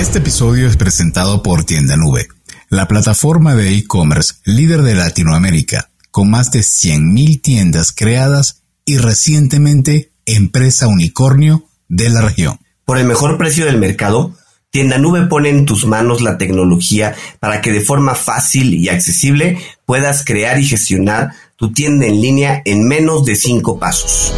Este episodio es presentado por Tienda Nube, la plataforma de e-commerce líder de Latinoamérica, con más de 100,000 tiendas creadas y recientemente empresa unicornio de la región. Por el mejor precio del mercado, Tienda Nube pone en tus manos la tecnología para que de forma fácil y accesible puedas crear y gestionar tu tienda en línea en menos de 5 pasos.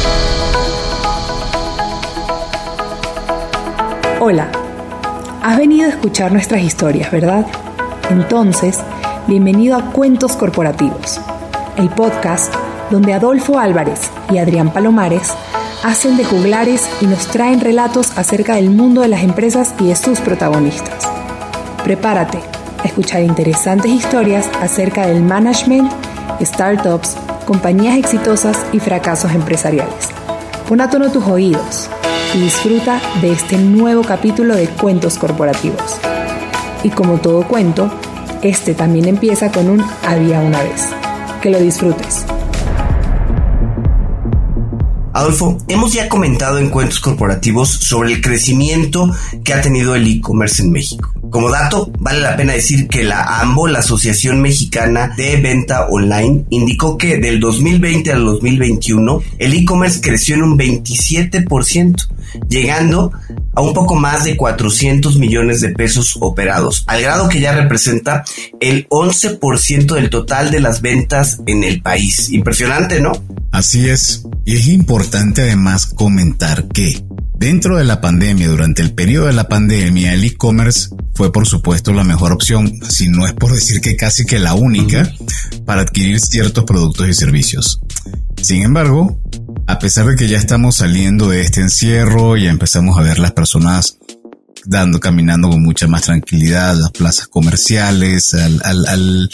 Hola, has venido a escuchar nuestras historias, ¿verdad? Entonces, bienvenido a Cuentos Corporativos, el podcast donde Adolfo Álvarez y Adrián Palomares hacen de juglares y nos traen relatos acerca del mundo de las empresas y de sus protagonistas. Prepárate a escuchar interesantes historias acerca del management, startups, compañías exitosas y fracasos empresariales. Pon a tono tus oídos y disfruta de este nuevo capítulo de Cuentos Corporativos. Y como todo cuento, este también empieza con un había una vez. Que lo disfrutes. Adolfo, hemos ya comentado en Cuentos Corporativos sobre el crecimiento que ha tenido el e-commerce en México. Como dato, vale la pena decir que la AMBO, la Asociación Mexicana de Venta Online, indicó que del 2020 al 2021 el e-commerce creció en un 27%, llegando a un poco más de 400 millones de pesos operados, al grado que ya representa el 11% del total de las ventas en el país. Impresionante, ¿no? Así es, y es importante además comentar que dentro de la pandemia, durante el periodo de la pandemia, el e-commerce fue por supuesto la mejor opción, si no es por decir que casi que la única, para adquirir ciertos productos y servicios. Sin embargo, a pesar de que ya estamos saliendo de este encierro, ya empezamos a ver las personas caminando con mucha más tranquilidad, las plazas comerciales, al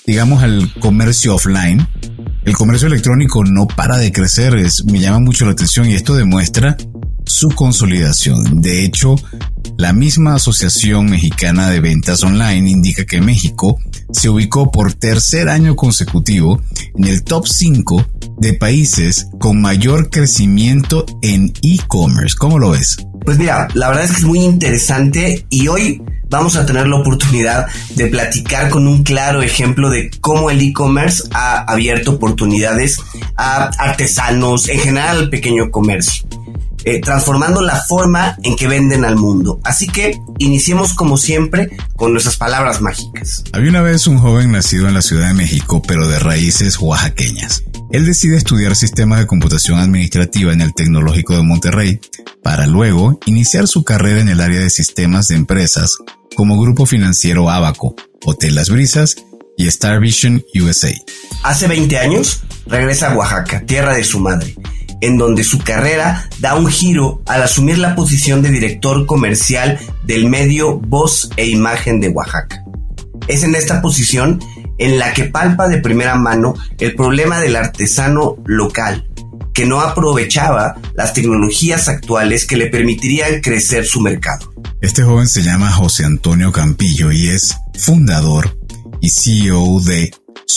comercio offline. El comercio electrónico no para de crecer, me llama mucho la atención y esto demuestra su consolidación. De hecho, la misma Asociación Mexicana de Ventas Online indica que México se ubicó por tercer año consecutivo en el top 5 de países con mayor crecimiento en e-commerce. ¿Cómo lo ves? Pues mira, la verdad es que es muy interesante y hoy vamos a tener la oportunidad de platicar con un claro ejemplo de cómo el e-commerce ha abierto oportunidades a artesanos, en general al pequeño comercio, transformando la forma en que venden al mundo. Así que iniciemos como siempre con nuestras palabras mágicas. Había una vez un joven nacido en la Ciudad de México, pero de raíces oaxaqueñas. Él decide estudiar sistemas de computación administrativa en el Tecnológico de Monterrey, para luego iniciar su carrera en el área de sistemas de empresas como Grupo Financiero Abaco, Hotel Las Brisas y Star Vision USA. Hace 20 años regresa a Oaxaca, tierra de su madre, en donde su carrera da un giro al asumir la posición de director comercial del medio Voz e Imagen de Oaxaca. Es en esta posición en la que palpa de primera mano el problema del artesano local, que no aprovechaba las tecnologías actuales que le permitirían crecer su mercado. Este joven se llama José Antonio Campillo y es fundador y CEO de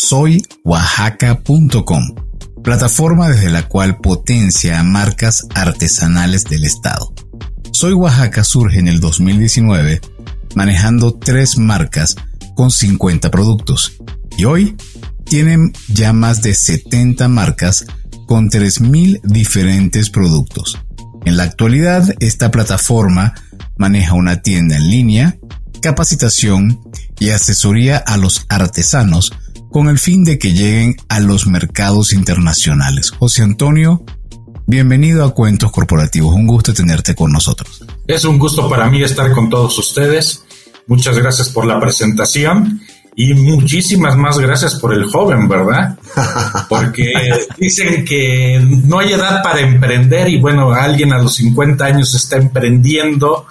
SoyOaxaca.com, plataforma desde la cual potencia a marcas artesanales del estado. Soy Oaxaca surge en el 2019 manejando 3 marcas con 50 productos y hoy tienen ya más de 70 marcas con 3,000 diferentes productos. En la actualidad, esta plataforma maneja una tienda en línea, capacitación y asesoría a los artesanos con el fin de que lleguen a los mercados internacionales. José Antonio, bienvenido a Cuentos Corporativos. Un gusto tenerte con nosotros. Es un gusto para mí estar con todos ustedes. Muchas gracias por la presentación y muchísimas más gracias por el joven, ¿verdad? Porque dicen que no hay edad para emprender y bueno, alguien a los 50 años está emprendiendo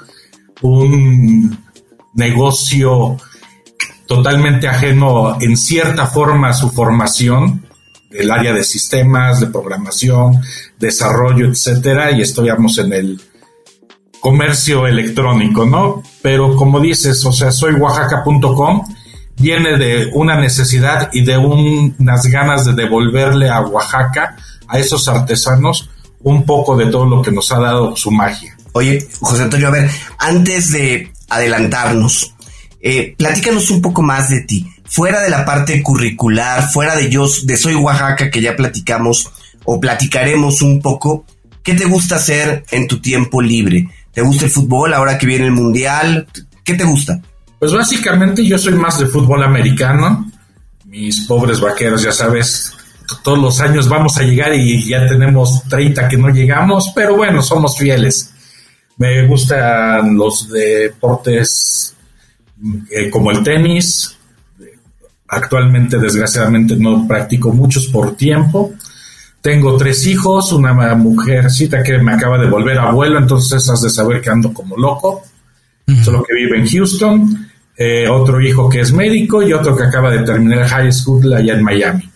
un negocio totalmente ajeno en cierta forma a su formación del área de sistemas, de programación, desarrollo, etcétera, y estamos en el comercio electrónico, ¿no? Pero como dices, o sea, SoyOaxaca.com viene de una necesidad y de unas ganas de devolverle a Oaxaca, a esos artesanos, un poco de todo lo que nos ha dado su magia. Oye, José Antonio, a ver, antes de adelantarnos. Platícanos un poco más de ti. Fuera de la parte curricular, fuera de Soy Oaxaca, que ya platicamos o platicaremos un poco, ¿qué te gusta hacer en tu tiempo libre? ¿Te gusta el fútbol ahora que viene el mundial? ¿Qué te gusta? Pues básicamente yo soy más de fútbol americano. Mis pobres vaqueros, ya sabes, todos los años vamos a llegar y ya tenemos 30 que no llegamos, pero bueno, somos fieles. Me gustan los deportes como el tenis. Actualmente, desgraciadamente, no practico muchos por tiempo. Tengo 3 hijos, una mujercita que me acaba de volver abuelo, entonces has de saber que ando como loco, solo que vive en Houston. Otro hijo que es médico y otro que acaba de terminar high school allá en Miami.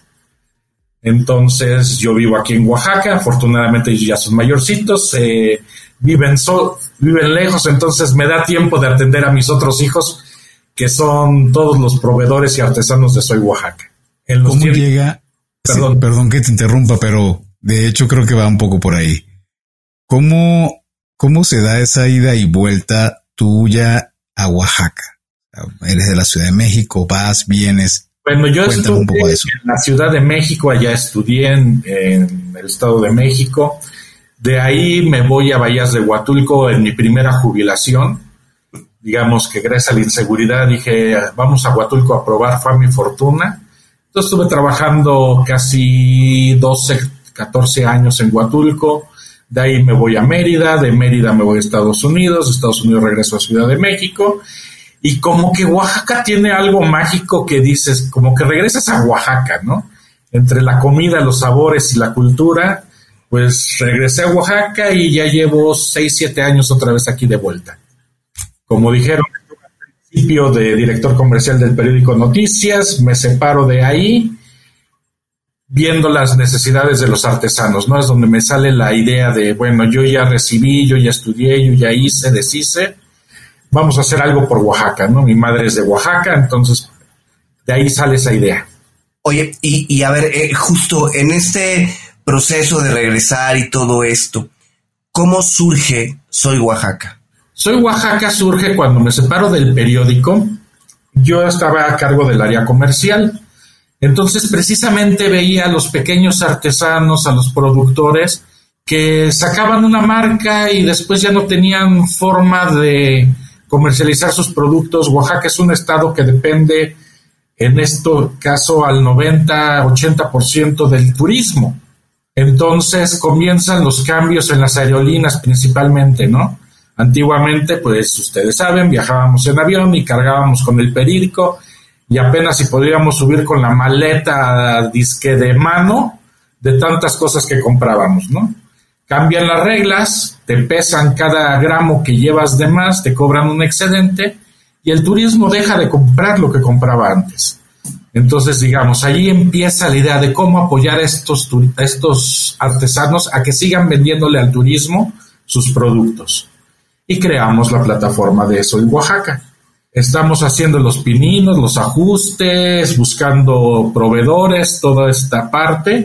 Entonces yo vivo aquí en Oaxaca, afortunadamente ellos ya son mayorcitos, viven lejos, entonces me da tiempo de atender a mis otros hijos, que son todos los proveedores y artesanos de Soy Oaxaca. ¿Cómo llega? Perdón que te interrumpa, pero de hecho creo que va un poco por ahí. ¿Cómo se da esa ida y vuelta tuya a Oaxaca? Eres de la Ciudad de México, vas, vienes. Bueno, yo estuve en la Ciudad de México, allá estudié en el Estado de México. De ahí me voy a Bahías de Huatulco en mi primera jubilación. Digamos que gracias a la inseguridad dije, vamos a Huatulco a probar fama y fortuna. Entonces estuve trabajando casi 14 años en Huatulco. De ahí me voy a Mérida, de Mérida me voy a Estados Unidos regreso a Ciudad de México. Y como que Oaxaca tiene algo mágico que dices, como que regresas a Oaxaca, ¿no? Entre la comida, los sabores y la cultura, pues regresé a Oaxaca y ya llevo 6-7 años otra vez aquí de vuelta. Como dijeron al principio, de director comercial del periódico Noticias, me separo de ahí viendo las necesidades de los artesanos, ¿no? Es donde me sale la idea de, bueno, yo ya recibí, yo ya estudié, yo ya hice, deshice. Vamos a hacer algo por Oaxaca, ¿no? Mi madre es de Oaxaca, entonces de ahí sale esa idea. Oye, y a ver, justo en este proceso de regresar y todo esto, ¿cómo surge Soy Oaxaca? Soy Oaxaca surge cuando me separo del periódico. Yo estaba a cargo del área comercial, entonces precisamente veía a los pequeños artesanos, a los productores, que sacaban una marca y después ya no tenían forma de comercializar sus productos. Oaxaca es un estado que depende, en este caso, al 90-80% del turismo. Entonces comienzan los cambios en las aerolíneas principalmente, ¿no? Antiguamente, pues ustedes saben, viajábamos en avión y cargábamos con el periódico y apenas si podíamos subir con la maleta disque de mano de tantas cosas que comprábamos, ¿no? Cambian las reglas, te pesan cada gramo que llevas de más, te cobran un excedente y el turismo deja de comprar lo que compraba antes. Entonces, digamos, allí empieza la idea de cómo apoyar a estos artesanos a que sigan vendiéndole al turismo sus productos. Y creamos la plataforma de Soy Oaxaca. Estamos haciendo los pininos, los ajustes, buscando proveedores, toda esta parte.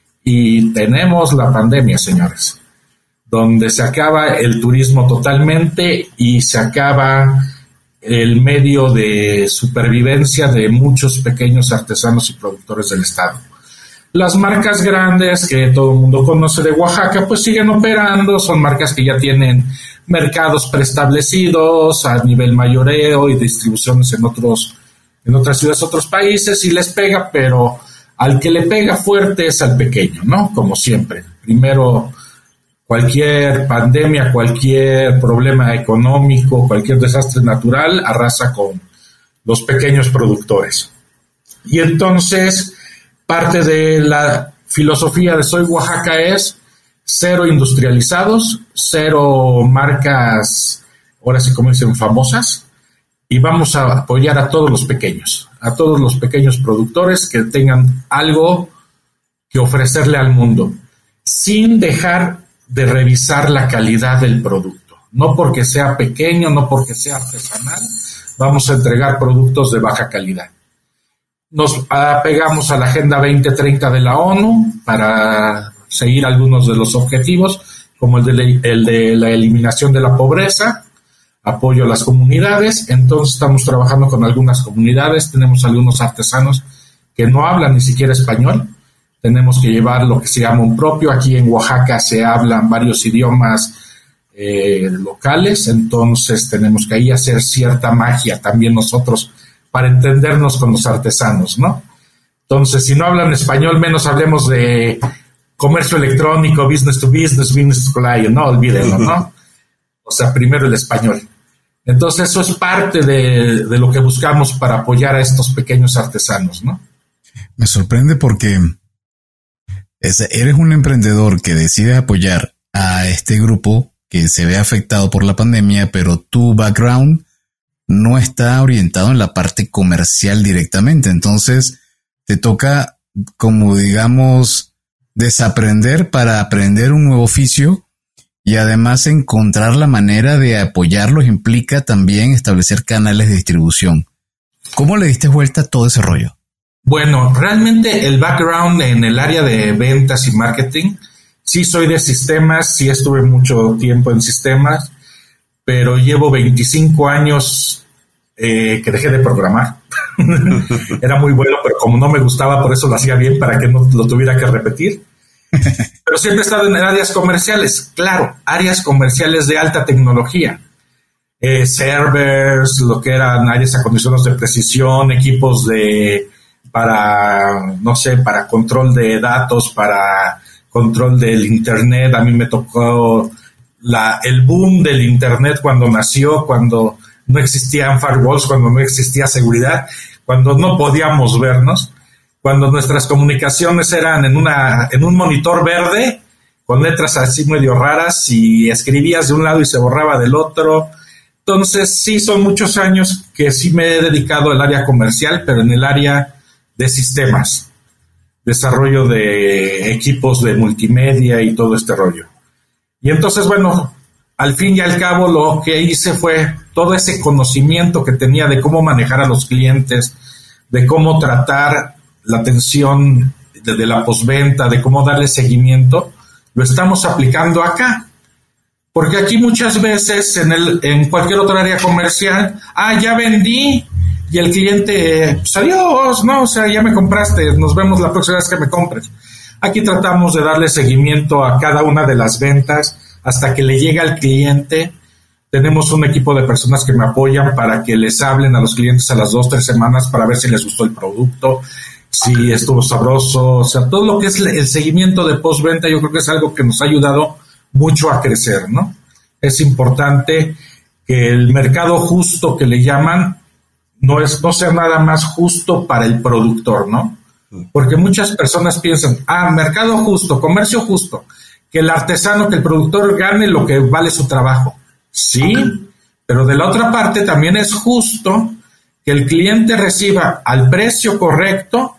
Y tenemos la pandemia, señores, donde se acaba el turismo totalmente y se acaba el medio de supervivencia de muchos pequeños artesanos y productores del estado. Las marcas grandes que todo el mundo conoce de Oaxaca, pues siguen operando, son marcas que ya tienen mercados preestablecidos a nivel mayoreo y distribuciones en otras ciudades, otros países, y les pega, pero al que le pega fuerte es al pequeño, ¿no? Como siempre. Primero, cualquier pandemia, cualquier problema económico, cualquier desastre natural arrasa con los pequeños productores. Y entonces, parte de la filosofía de Soy Oaxaca es 0 industrializados, 0 marcas, ahora sí como dicen, famosas, y vamos a apoyar a todos los pequeños productores que tengan algo que ofrecerle al mundo, sin dejar de revisar la calidad del producto. No porque sea pequeño, no porque sea artesanal, vamos a entregar productos de baja calidad. Nos apegamos a la Agenda 2030 de la ONU para seguir algunos de los objetivos, como el de la eliminación de la pobreza, apoyo a las comunidades. Entonces estamos trabajando con algunas comunidades, tenemos algunos artesanos que no hablan ni siquiera español, tenemos que llevar lo que se llama un propio. Aquí en Oaxaca se hablan varios idiomas locales, entonces tenemos que ahí hacer cierta magia también nosotros para entendernos con los artesanos, ¿no? Entonces, si no hablan español, menos hablemos de comercio electrónico, business to client, no olvídenlo, ¿no? O sea, primero el español. Entonces, eso es parte de lo que buscamos para apoyar a estos pequeños artesanos, ¿no? Me sorprende porque eres un emprendedor que decide apoyar a este grupo que se ve afectado por la pandemia, pero tu background no está orientado en la parte comercial directamente. Entonces, te toca, como digamos, desaprender para aprender un nuevo oficio, y además encontrar la manera de apoyarlos implica también establecer canales de distribución. ¿Cómo le diste vuelta a todo ese rollo? Bueno, realmente el background en el área de ventas y marketing, sí soy de sistemas, sí estuve mucho tiempo en sistemas, pero llevo 25 años que dejé de programar. Era muy bueno, pero como no me gustaba, por eso lo hacía bien, para que no lo tuviera que repetir. Pero siempre he estado en áreas comerciales, claro, áreas comerciales de alta tecnología. Servers, lo que eran aires acondicionados de precisión, equipos para control de datos, para control del internet. A mí me tocó el boom del internet cuando nació, cuando no existían firewalls, cuando no existía seguridad, cuando no podíamos vernos, cuando nuestras comunicaciones eran en un monitor verde, con letras así medio raras, y escribías de un lado y se borraba del otro. Entonces, sí, son muchos años que sí me he dedicado al área comercial, pero en el área de sistemas, desarrollo de equipos de multimedia y todo este rollo. Y entonces, bueno, al fin y al cabo lo que hice fue todo ese conocimiento que tenía de cómo manejar a los clientes, de cómo tratar la atención de la postventa, de cómo darle seguimiento, lo estamos aplicando acá. Porque aquí muchas veces en cualquier otra área comercial, ya vendí, y el cliente, pues adiós, no, o sea, ya me compraste, nos vemos la próxima vez que me compres. Aquí tratamos de darle seguimiento a cada una de las ventas hasta que le llega al cliente. Tenemos un equipo de personas que me apoyan para que les hablen a los clientes a las 2-3 semanas para ver si les gustó el producto, si estuvo sabroso. O sea, todo lo que es el seguimiento de postventa, yo creo que es algo que nos ha ayudado mucho a crecer, ¿no? Es importante que el mercado justo que le llaman no sea nada más justo para el productor, ¿no? Porque muchas personas piensan, mercado justo, comercio justo, que el artesano, que el productor gane lo que vale su trabajo. Sí, pero de la otra parte también es justo que el cliente reciba al precio correcto,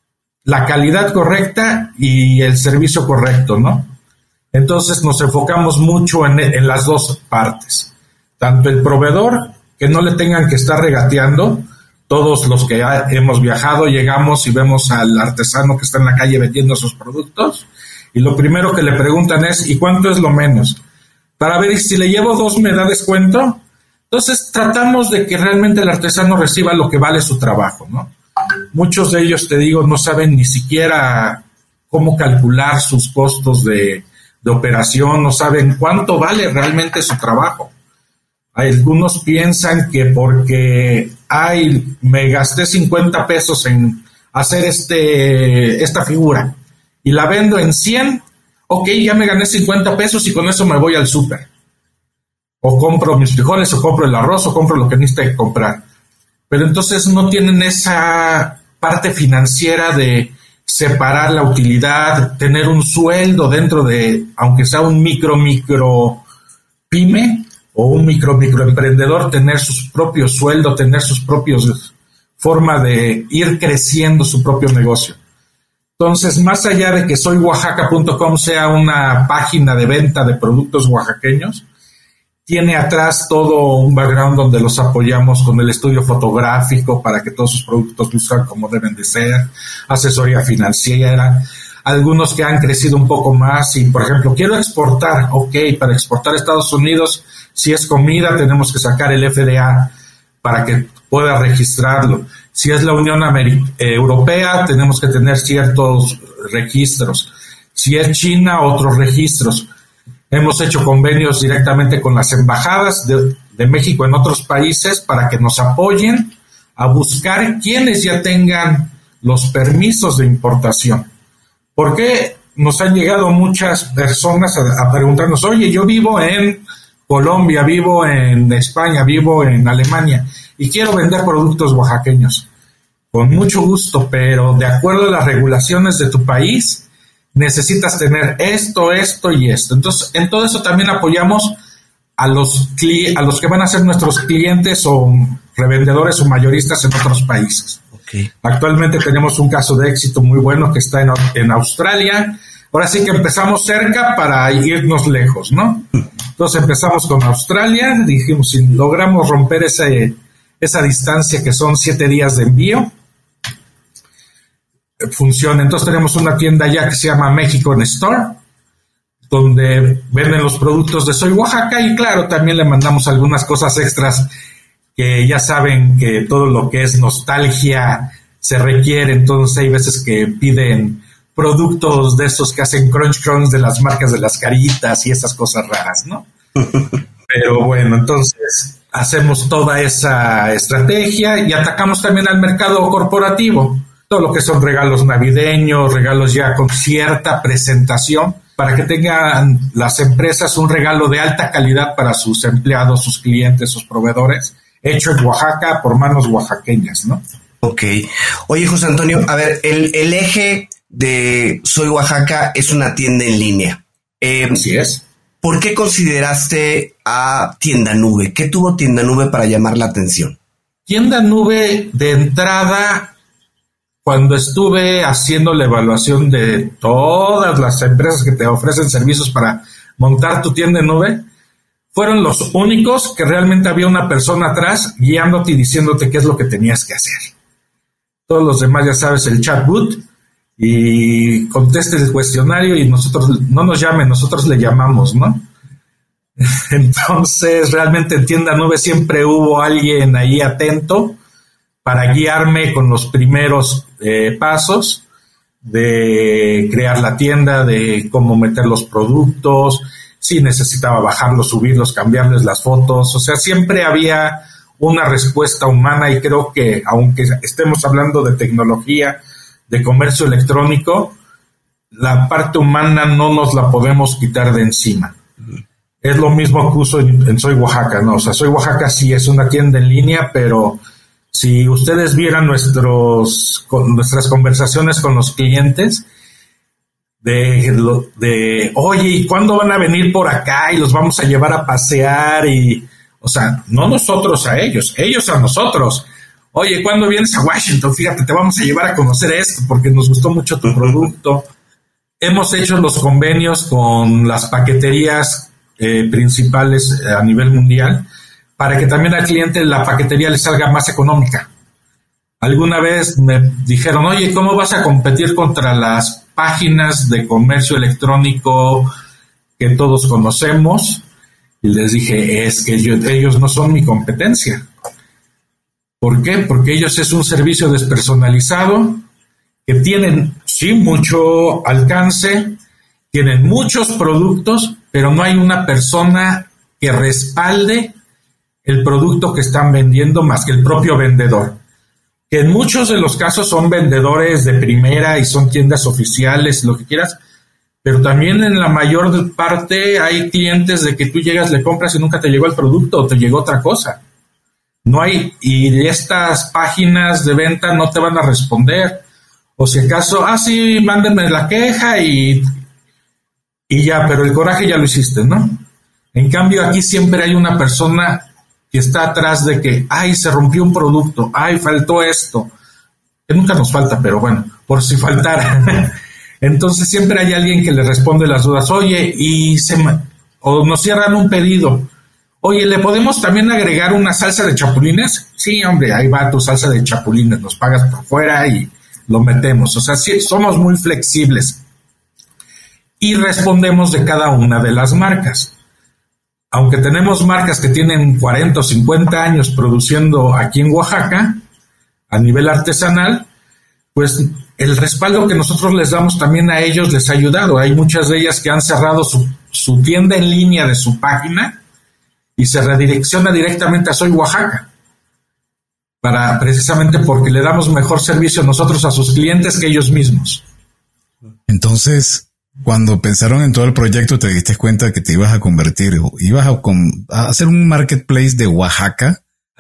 la calidad correcta y el servicio correcto, ¿no? Entonces nos enfocamos mucho en las dos partes. Tanto el proveedor, que no le tengan que estar regateando. Todos los que hemos viajado llegamos y vemos al artesano que está en la calle vendiendo sus productos, y lo primero que le preguntan es, ¿y cuánto es lo menos? Para ver si le llevo 2 me da descuento. Entonces tratamos de que realmente el artesano reciba lo que vale su trabajo, ¿no? Muchos de ellos, te digo, no saben ni siquiera cómo calcular sus costos de operación, no saben cuánto vale realmente su trabajo. Algunos piensan que porque me gasté 50 pesos en hacer esta figura y la vendo en 100, ok, ya me gané 50 pesos y con eso me voy al súper. O compro mis frijoles, o compro el arroz, o compro lo que necesite comprar. Pero entonces no tienen esa parte financiera de separar la utilidad, tener un sueldo dentro de, aunque sea un micro pyme, o un microemprendedor, tener sus propios sueldos, tener sus propios forma de ir creciendo su propio negocio. Entonces, más allá de que soyoaxaca.com sea una página de venta de productos oaxaqueños, tiene atrás todo un background donde los apoyamos con el estudio fotográfico para que todos sus productos luzcan como deben de ser, asesoría financiera, algunos que han crecido un poco más y, por ejemplo, quiero exportar, ok, para exportar a Estados Unidos Si es comida, tenemos que sacar el FDA para que pueda registrarlo. Si es la Unión Europea, tenemos que tener ciertos registros. Si es China, otros registros. Hemos hecho convenios directamente con las embajadas de México en otros países para que nos apoyen a buscar quienes ya tengan los permisos de importación. Porque nos han llegado muchas personas a preguntarnos, oye, yo vivo en Colombia, vivo en España, vivo en Alemania y quiero vender productos oaxaqueños. Con mucho gusto, pero de acuerdo a las regulaciones de tu país, necesitas tener esto y esto. Entonces, en todo eso también apoyamos a los que van a ser nuestros clientes o revendedores o mayoristas en otros países. Okay. Actualmente tenemos un caso de éxito muy bueno que está en Australia. Ahora sí que empezamos cerca para irnos lejos, ¿no? Entonces empezamos con Australia, dijimos, si logramos romper esa distancia que son 7 días de envío, funciona. Entonces tenemos una tienda ya que se llama México en Store, donde venden los productos de Soy Oaxaca y claro, también le mandamos algunas cosas extras que ya saben que todo lo que es nostalgia se requiere, entonces hay veces que piden productos de esos que hacen crunch de las marcas de las caritas y esas cosas raras, ¿no? Pero bueno, entonces hacemos toda esa estrategia y atacamos también al mercado corporativo, todo lo que son regalos navideños, regalos ya con cierta presentación, para que tengan las empresas un regalo de alta calidad para sus empleados, sus clientes, sus proveedores, hecho en Oaxaca por manos oaxaqueñas, ¿no? Ok. Oye, José Antonio, a ver, el eje de Soy Oaxaca es una tienda en línea. Así es. ¿Por qué consideraste a Tienda Nube? ¿Qué tuvo Tienda Nube para llamar la atención? Tienda Nube, de entrada, cuando estuve haciendo la evaluación de todas las empresas que te ofrecen servicios para montar tu tienda en nube, fueron los únicos que realmente había una persona atrás guiándote y diciéndote qué es lo que tenías que hacer. Todos los demás, ya sabes, el chatbot, y conteste el cuestionario y nosotros, no nos llamen, nosotros le llamamos, ¿no? Entonces, realmente en Tienda Nube siempre hubo alguien ahí atento para guiarme con los primeros pasos de crear la tienda, de cómo meter los productos, si necesitaba bajarlos, subirlos, cambiarles las fotos. O sea, siempre había una respuesta humana y creo que, aunque estemos hablando de tecnología, de comercio electrónico, la parte humana no nos la podemos quitar de encima. Es lo mismo que uso en Soy Oaxaca, ¿no? O sea, Soy Oaxaca sí es una tienda en línea, pero si ustedes vieran nuestras conversaciones con los clientes, de oye, ¿y cuándo van a venir por acá? Y los vamos a llevar a pasear y, o sea, no nosotros a ellos, ellos a nosotros. Oye, ¿cuándo vienes a Washington? Fíjate, te vamos a llevar a conocer esto porque nos gustó mucho tu producto. Hemos hecho los convenios con las paqueterías principales a nivel mundial para que también al cliente la paquetería le salga más económica. Alguna vez me dijeron, oye, ¿cómo vas a competir contra las páginas de comercio electrónico que todos conocemos? Y les dije, es que ellos no son mi competencia. ¿Por qué? Porque ellos es un servicio despersonalizado, que tienen, sí, mucho alcance, tienen muchos productos, pero no hay una persona que respalde el producto que están vendiendo más que el propio vendedor. Que en muchos de los casos son vendedores de primera y son tiendas oficiales, lo que quieras, pero también en la mayor parte hay clientes de que tú llegas, le compras y nunca te llegó el producto o te llegó otra cosa. No hay, y estas páginas de venta no te van a responder. O si acaso, sí, mándenme la queja y ya, pero el coraje ya lo hiciste, ¿no? En cambio, aquí siempre hay una persona que está atrás de que, se rompió un producto, faltó esto. Que nunca nos falta, pero bueno, por si faltara. Entonces siempre hay alguien que le responde las dudas. Oye, o nos cierran un pedido. Oye, ¿le podemos también agregar una salsa de chapulines? Sí, hombre, ahí va tu salsa de chapulines, nos pagas por fuera y lo metemos. O sea, sí, somos muy flexibles y respondemos de cada una de las marcas. aunque tenemos marcas que tienen 40 o 50 años produciendo aquí en Oaxaca, a nivel artesanal, pues el respaldo que nosotros les damos también a ellos les ha ayudado. Hay muchas de ellas que han cerrado su tienda en línea de su página y se redirecciona directamente a Soy Oaxaca, precisamente porque le damos mejor servicio nosotros a sus clientes que ellos mismos. Entonces, cuando pensaron en todo el proyecto, te diste cuenta que te ibas a convertir, ibas a hacer un marketplace de Oaxaca,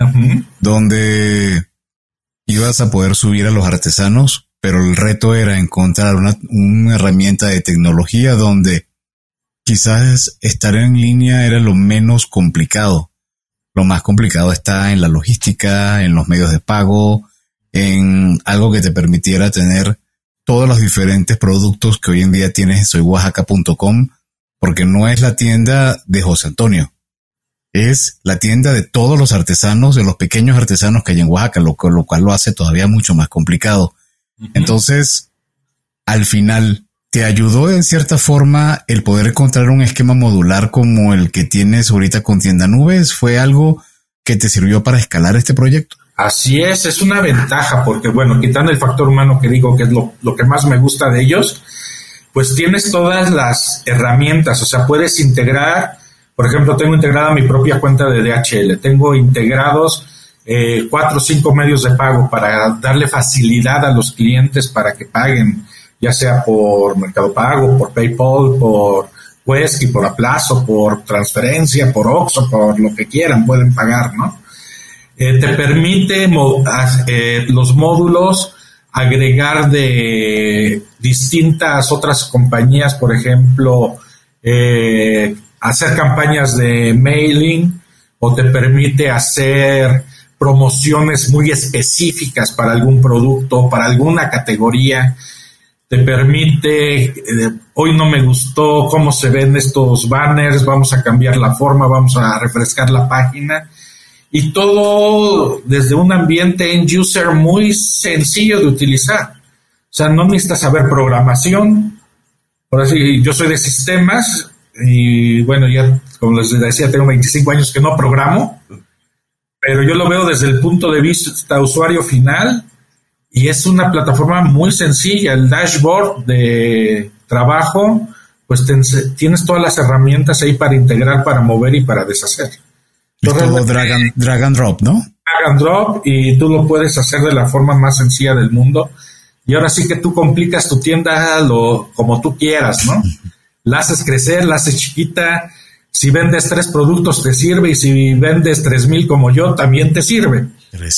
donde ibas a poder subir a los artesanos, pero el reto era encontrar una herramienta de tecnología donde quizás estar en línea era lo menos complicado. Lo más complicado está en la logística, en los medios de pago, en algo que te permitiera tener todos los diferentes productos que hoy en día tienes en soyoaxaca.com, porque no es la tienda de José Antonio, es la tienda de todos los artesanos, de los pequeños artesanos que hay en Oaxaca, lo cual lo hace todavía mucho más complicado. Entonces, al final, ¿te ayudó en cierta forma el poder encontrar un esquema modular como el que tienes ahorita con Tienda Nubes? ¿Fue algo que te sirvió para escalar este proyecto? Así es una ventaja porque, bueno, quitando el factor humano que digo que es lo que más me gusta de ellos, pues tienes todas las herramientas, o sea, puedes integrar, por ejemplo, tengo integrada mi propia cuenta de DHL, tengo integrados 4 o 5 medios de pago para darle facilidad a los clientes para que paguen, ya sea por Mercado Pago, por PayPal, por Quesky, por aplazo, por transferencia, por Oxxo, por lo que quieran, pueden pagar, ¿no? Te permite los módulos agregar de distintas otras compañías, por ejemplo, hacer campañas de mailing, o te permite hacer promociones muy específicas para algún producto, para alguna categoría. Te permite, hoy no me gustó cómo se ven estos banners, vamos a cambiar la forma, vamos a refrescar la página. Y todo desde un ambiente end user muy sencillo de utilizar. O sea, no necesitas saber programación. Ahora sí, yo soy de sistemas y bueno, ya como les decía, tengo 25 años que no programo, pero yo lo veo desde el punto de vista usuario final y es una plataforma muy sencilla. El dashboard de trabajo, pues tienes todas las herramientas ahí para integrar, para mover y para deshacer. Es todo drag and drop, ¿no? Drag and drop, y tú lo puedes hacer de la forma más sencilla del mundo. Y ahora sí que tú complicas tu tienda como tú quieras, ¿no? La haces crecer, la haces chiquita. Si vendes 3 productos te sirve, y si vendes 3,000 como yo, también te sirve.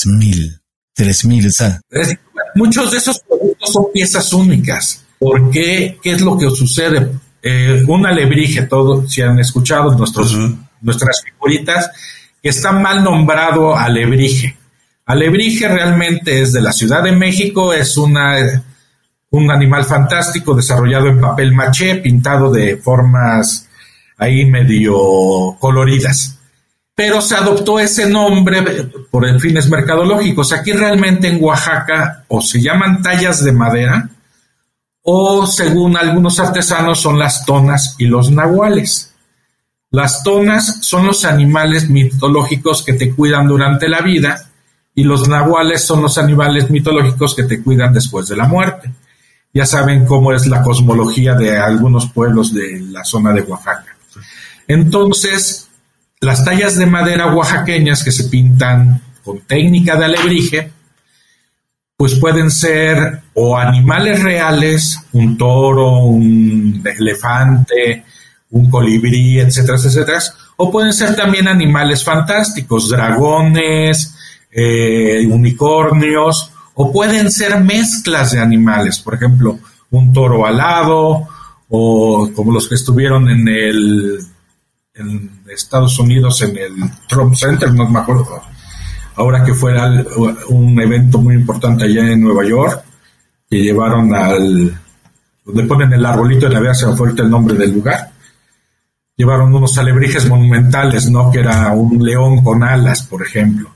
3,000, ¿sabes? Muchos de esos productos son piezas únicas. ¿Por qué? ¿Qué es lo que sucede? Un alebrije, todo, si han escuchado nuestras figuritas, que está mal nombrado alebrije. Alebrije realmente es de la Ciudad de México, es un animal fantástico desarrollado en papel maché, pintado de formas ahí medio coloridas. Pero se adoptó ese nombre por fines mercadológicos. Aquí realmente en Oaxaca o se llaman tallas de madera o, según algunos artesanos, son las tonas y los nahuales. Las tonas son los animales mitológicos que te cuidan durante la vida y los nahuales son los animales mitológicos que te cuidan después de la muerte. Ya saben cómo es la cosmología de algunos pueblos de la zona de Oaxaca. Entonces, las tallas de madera oaxaqueñas que se pintan con técnica de alebrije, pues pueden ser o animales reales, un toro, un elefante, un colibrí, etcétera, etcétera, o pueden ser también animales fantásticos, dragones, unicornios, o pueden ser mezclas de animales, por ejemplo, un toro alado, o como los que estuvieron en Estados Unidos en el Trump Center, no me acuerdo, ahora que fue un evento muy importante allá en Nueva York, que llevaron donde ponen el arbolito de Navidad, se me fue el nombre del lugar. Llevaron unos alebrijes monumentales, ¿no? Que era un león con alas, por ejemplo.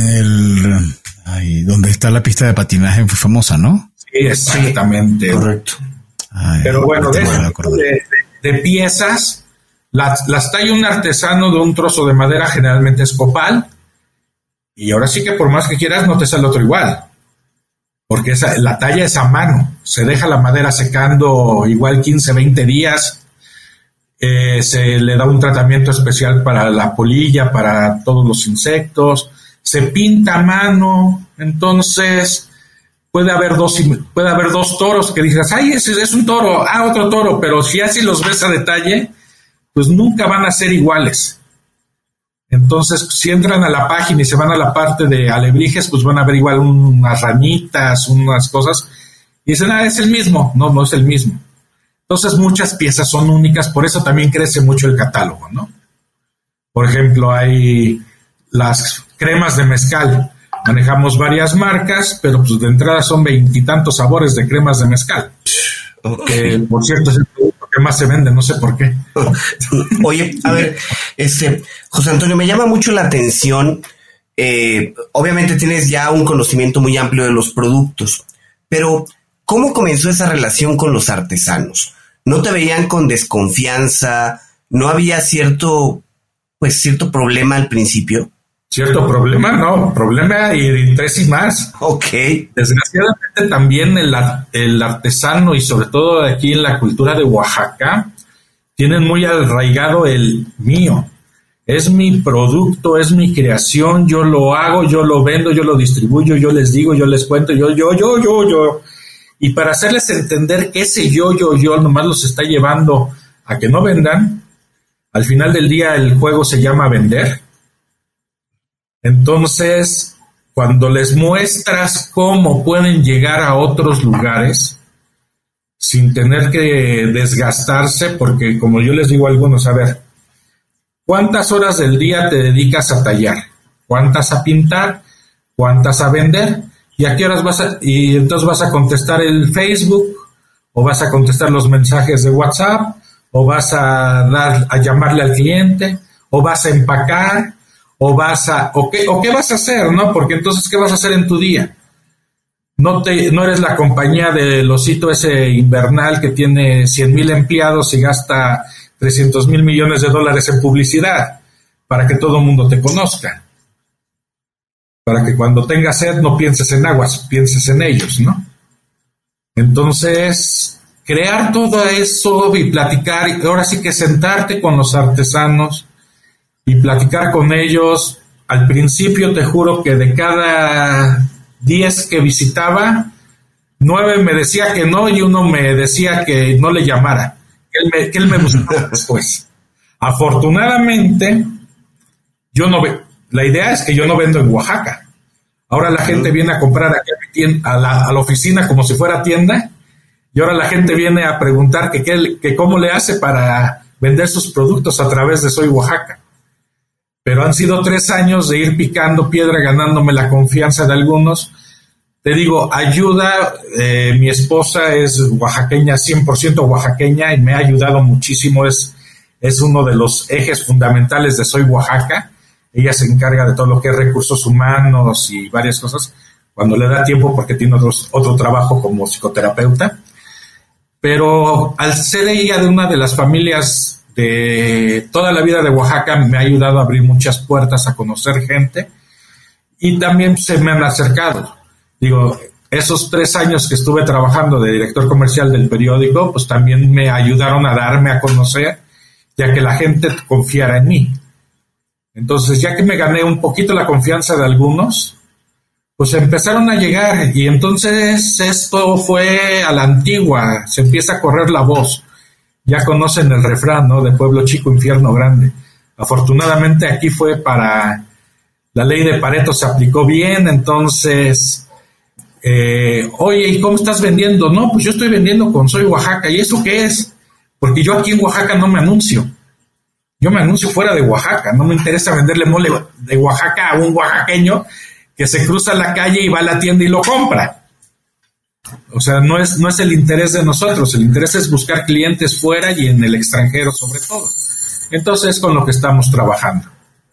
Donde está la pista de patinaje fue famosa, ¿no? Sí, exactamente. Sí, correcto. Pero bueno, de piezas, las talla un artesano de un trozo de madera, generalmente es copal, y ahora sí que por más que quieras no te sale otro igual, porque la talla es a mano, se deja la madera secando igual 15, 20 días, se le da un tratamiento especial para la polilla, para todos los insectos, se pinta a mano, entonces puede haber dos toros que digas, ay, ese es un toro, otro toro, pero si así los ves a detalle, pues nunca van a ser iguales. Entonces, si entran a la página y se van a la parte de alebrijes, pues van a ver igual unas ranitas, unas cosas, y dicen, es el mismo. No es el mismo. Entonces, muchas piezas son únicas, por eso también crece mucho el catálogo, ¿no? Por ejemplo, hay las cremas de mezcal. Manejamos varias marcas, pero pues de entrada son 20 y tantos sabores de cremas de mezcal. Okay. Por cierto, es el producto que más se vende, no sé por qué. Oye, a ver, José Antonio, me llama mucho la atención. Obviamente tienes ya un conocimiento muy amplio de los productos, pero ¿cómo comenzó esa relación con los artesanos? ¿No te veían con desconfianza? ¿No había cierto problema al principio? Cierto problema, no, problema y tres y más. Ok. Desgraciadamente también el artesano y sobre todo aquí en la cultura de Oaxaca tienen muy arraigado el mío. Es mi producto, es mi creación, yo lo hago, yo lo vendo, yo lo distribuyo, yo les digo, yo les cuento, yo. Y para hacerles entender que ese yo nomás los está llevando a que no vendan, al final del día el juego se llama vender. Entonces, cuando les muestras cómo pueden llegar a otros lugares sin tener que desgastarse, porque como yo les digo a algunos, a ver, ¿cuántas horas del día te dedicas a tallar? ¿Cuántas a pintar? ¿Cuántas a vender? ¿Y a qué horas y entonces vas a contestar el Facebook? ¿O vas a contestar los mensajes de WhatsApp? ¿O vas a llamarle al cliente? ¿O vas a empacar? ¿O qué vas a hacer, no? Porque entonces, ¿qué vas a hacer en tu día? No eres la compañía del osito ese invernal que tiene 100,000 empleados y gasta 300,000 millones de dólares en publicidad para que todo el mundo te conozca. Para que cuando tengas sed no pienses en aguas, pienses en ellos, ¿no? Entonces, crear todo eso y platicar, y ahora sí que sentarte con los artesanos y platicar con ellos. Al principio te juro que de cada 10 que visitaba, 9 me decía que no y 1 me decía que no le llamara, que él me buscaba después. Afortunadamente, la idea es que yo no vendo en Oaxaca. Ahora la gente viene a comprar aquí a la oficina como si fuera tienda, y ahora la gente viene a preguntar que cómo le hace para vender sus productos a través de Soy Oaxaca. Pero han sido 3 años de ir picando piedra, ganándome la confianza de algunos. Te digo, ayuda, mi esposa es oaxaqueña, 100% oaxaqueña, y me ha ayudado muchísimo, es uno de los ejes fundamentales de Soy Oaxaca. Ella se encarga de todo lo que es recursos humanos y varias cosas, cuando le da tiempo, porque tiene otro trabajo como psicoterapeuta. Pero al ser ella de una de las familias de toda la vida de Oaxaca, me ha ayudado a abrir muchas puertas, a conocer gente, y también se me han acercado. Digo, esos 3 años que estuve trabajando de director comercial del periódico, pues también me ayudaron a darme a conocer, ya que la gente confiara en mí. Entonces, ya que me gané un poquito la confianza de algunos, pues empezaron a llegar, y entonces esto fue a la antigua, se empieza a correr la voz. Ya conocen el refrán, ¿no? De pueblo chico, infierno grande. Afortunadamente aquí fue para... La ley de Pareto se aplicó bien, entonces... oye, ¿y cómo estás vendiendo? No, pues yo estoy vendiendo con Soy Oaxaca. ¿Y eso qué es? Porque yo aquí en Oaxaca no me anuncio. Yo me anuncio fuera de Oaxaca. No me interesa venderle mole de Oaxaca a un oaxaqueño que se cruza la calle y va a la tienda y lo compra. O sea, no es el interés de nosotros, el interés es buscar clientes fuera y en el extranjero sobre todo. Entonces es con lo que estamos trabajando.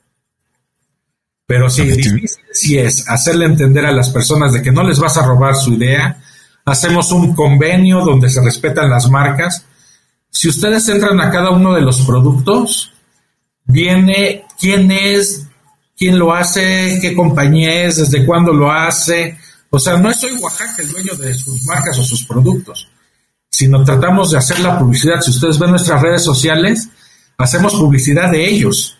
Pero sí, difícil sí es hacerle entender a las personas de que no les vas a robar su idea. Hacemos un convenio donde se respetan las marcas, Si ustedes entran a cada uno de los productos, viene quién es, quién lo hace, qué compañía es, desde cuándo lo hace. O sea, no es Soy Oaxaca el dueño de sus marcas o sus productos, sino tratamos de hacer la publicidad. Si ustedes ven nuestras redes sociales, hacemos publicidad de ellos.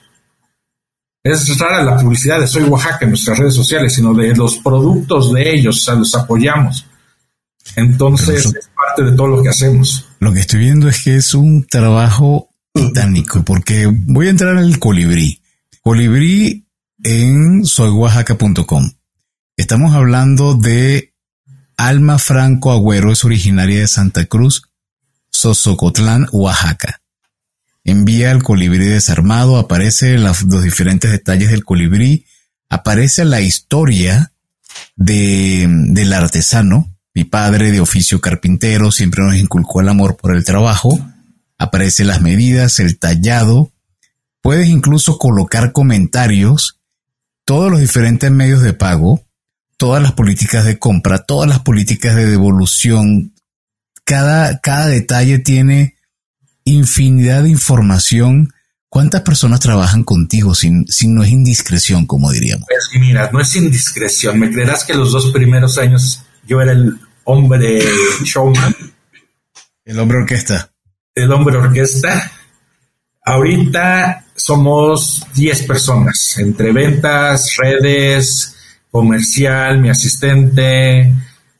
Es rara la publicidad de Soy Oaxaca en nuestras redes sociales, sino de los productos de ellos, o sea, los apoyamos. Entonces, es parte de todo lo que hacemos. Lo que estoy viendo es que es un trabajo titánico, porque voy a entrar en el Colibrí. Colibrí en soyoaxaca.com. Estamos hablando de Alma Franco Agüero, es originaria de Santa Cruz, Xozocotlán, Oaxaca. Envía el colibrí desarmado, aparece los diferentes detalles del colibrí, aparece la historia del artesano. Mi padre, de oficio carpintero, siempre nos inculcó el amor por el trabajo. Aparecen las medidas, el tallado. Puedes incluso colocar comentarios, todos los diferentes medios de pago, todas las políticas de compra, todas las políticas de devolución. Cada detalle tiene infinidad de información. ¿Cuántas personas trabajan contigo si no es indiscreción, como diríamos? Pues mira, no es indiscreción. Me creerás que los 2 primeros años yo era el hombre showman. El hombre orquesta. El hombre orquesta. Ahorita somos 10 personas, entre ventas, redes, comercial, mi asistente,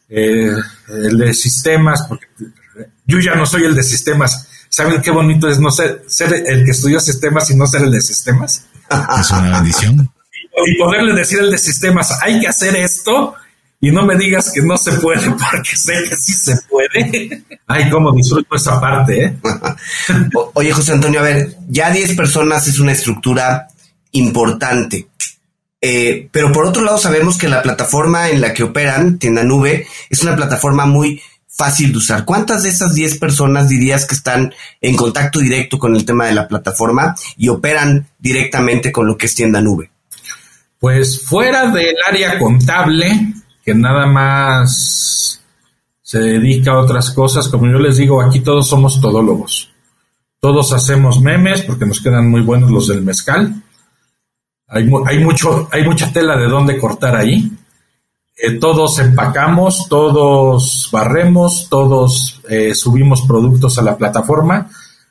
el de sistemas, porque yo ya no soy el de sistemas. ¿Saben qué bonito es no ser el que estudió sistemas y no ser el de sistemas? Es una bendición. Y poderle decir al de sistemas, hay que hacer esto, y no me digas que no se puede, porque sé que sí se puede. Ay, cómo disfruto esa parte, ¿eh? Oye, José Antonio, a ver, ya 10 personas es una estructura importante. Pero por otro lado sabemos que la plataforma en la que operan, Tienda Nube, es una plataforma muy fácil de usar. ¿Cuántas de esas 10 personas dirías que están en contacto directo con el tema de la plataforma y operan directamente con lo que es Tienda Nube? Pues fuera del área contable, que nada más se dedica a otras cosas, como yo les digo, aquí todos somos todólogos. Todos hacemos memes porque nos quedan muy buenos los del mezcal. Hay mucha tela de dónde cortar ahí. Todos empacamos, todos barremos, todos subimos productos a la plataforma.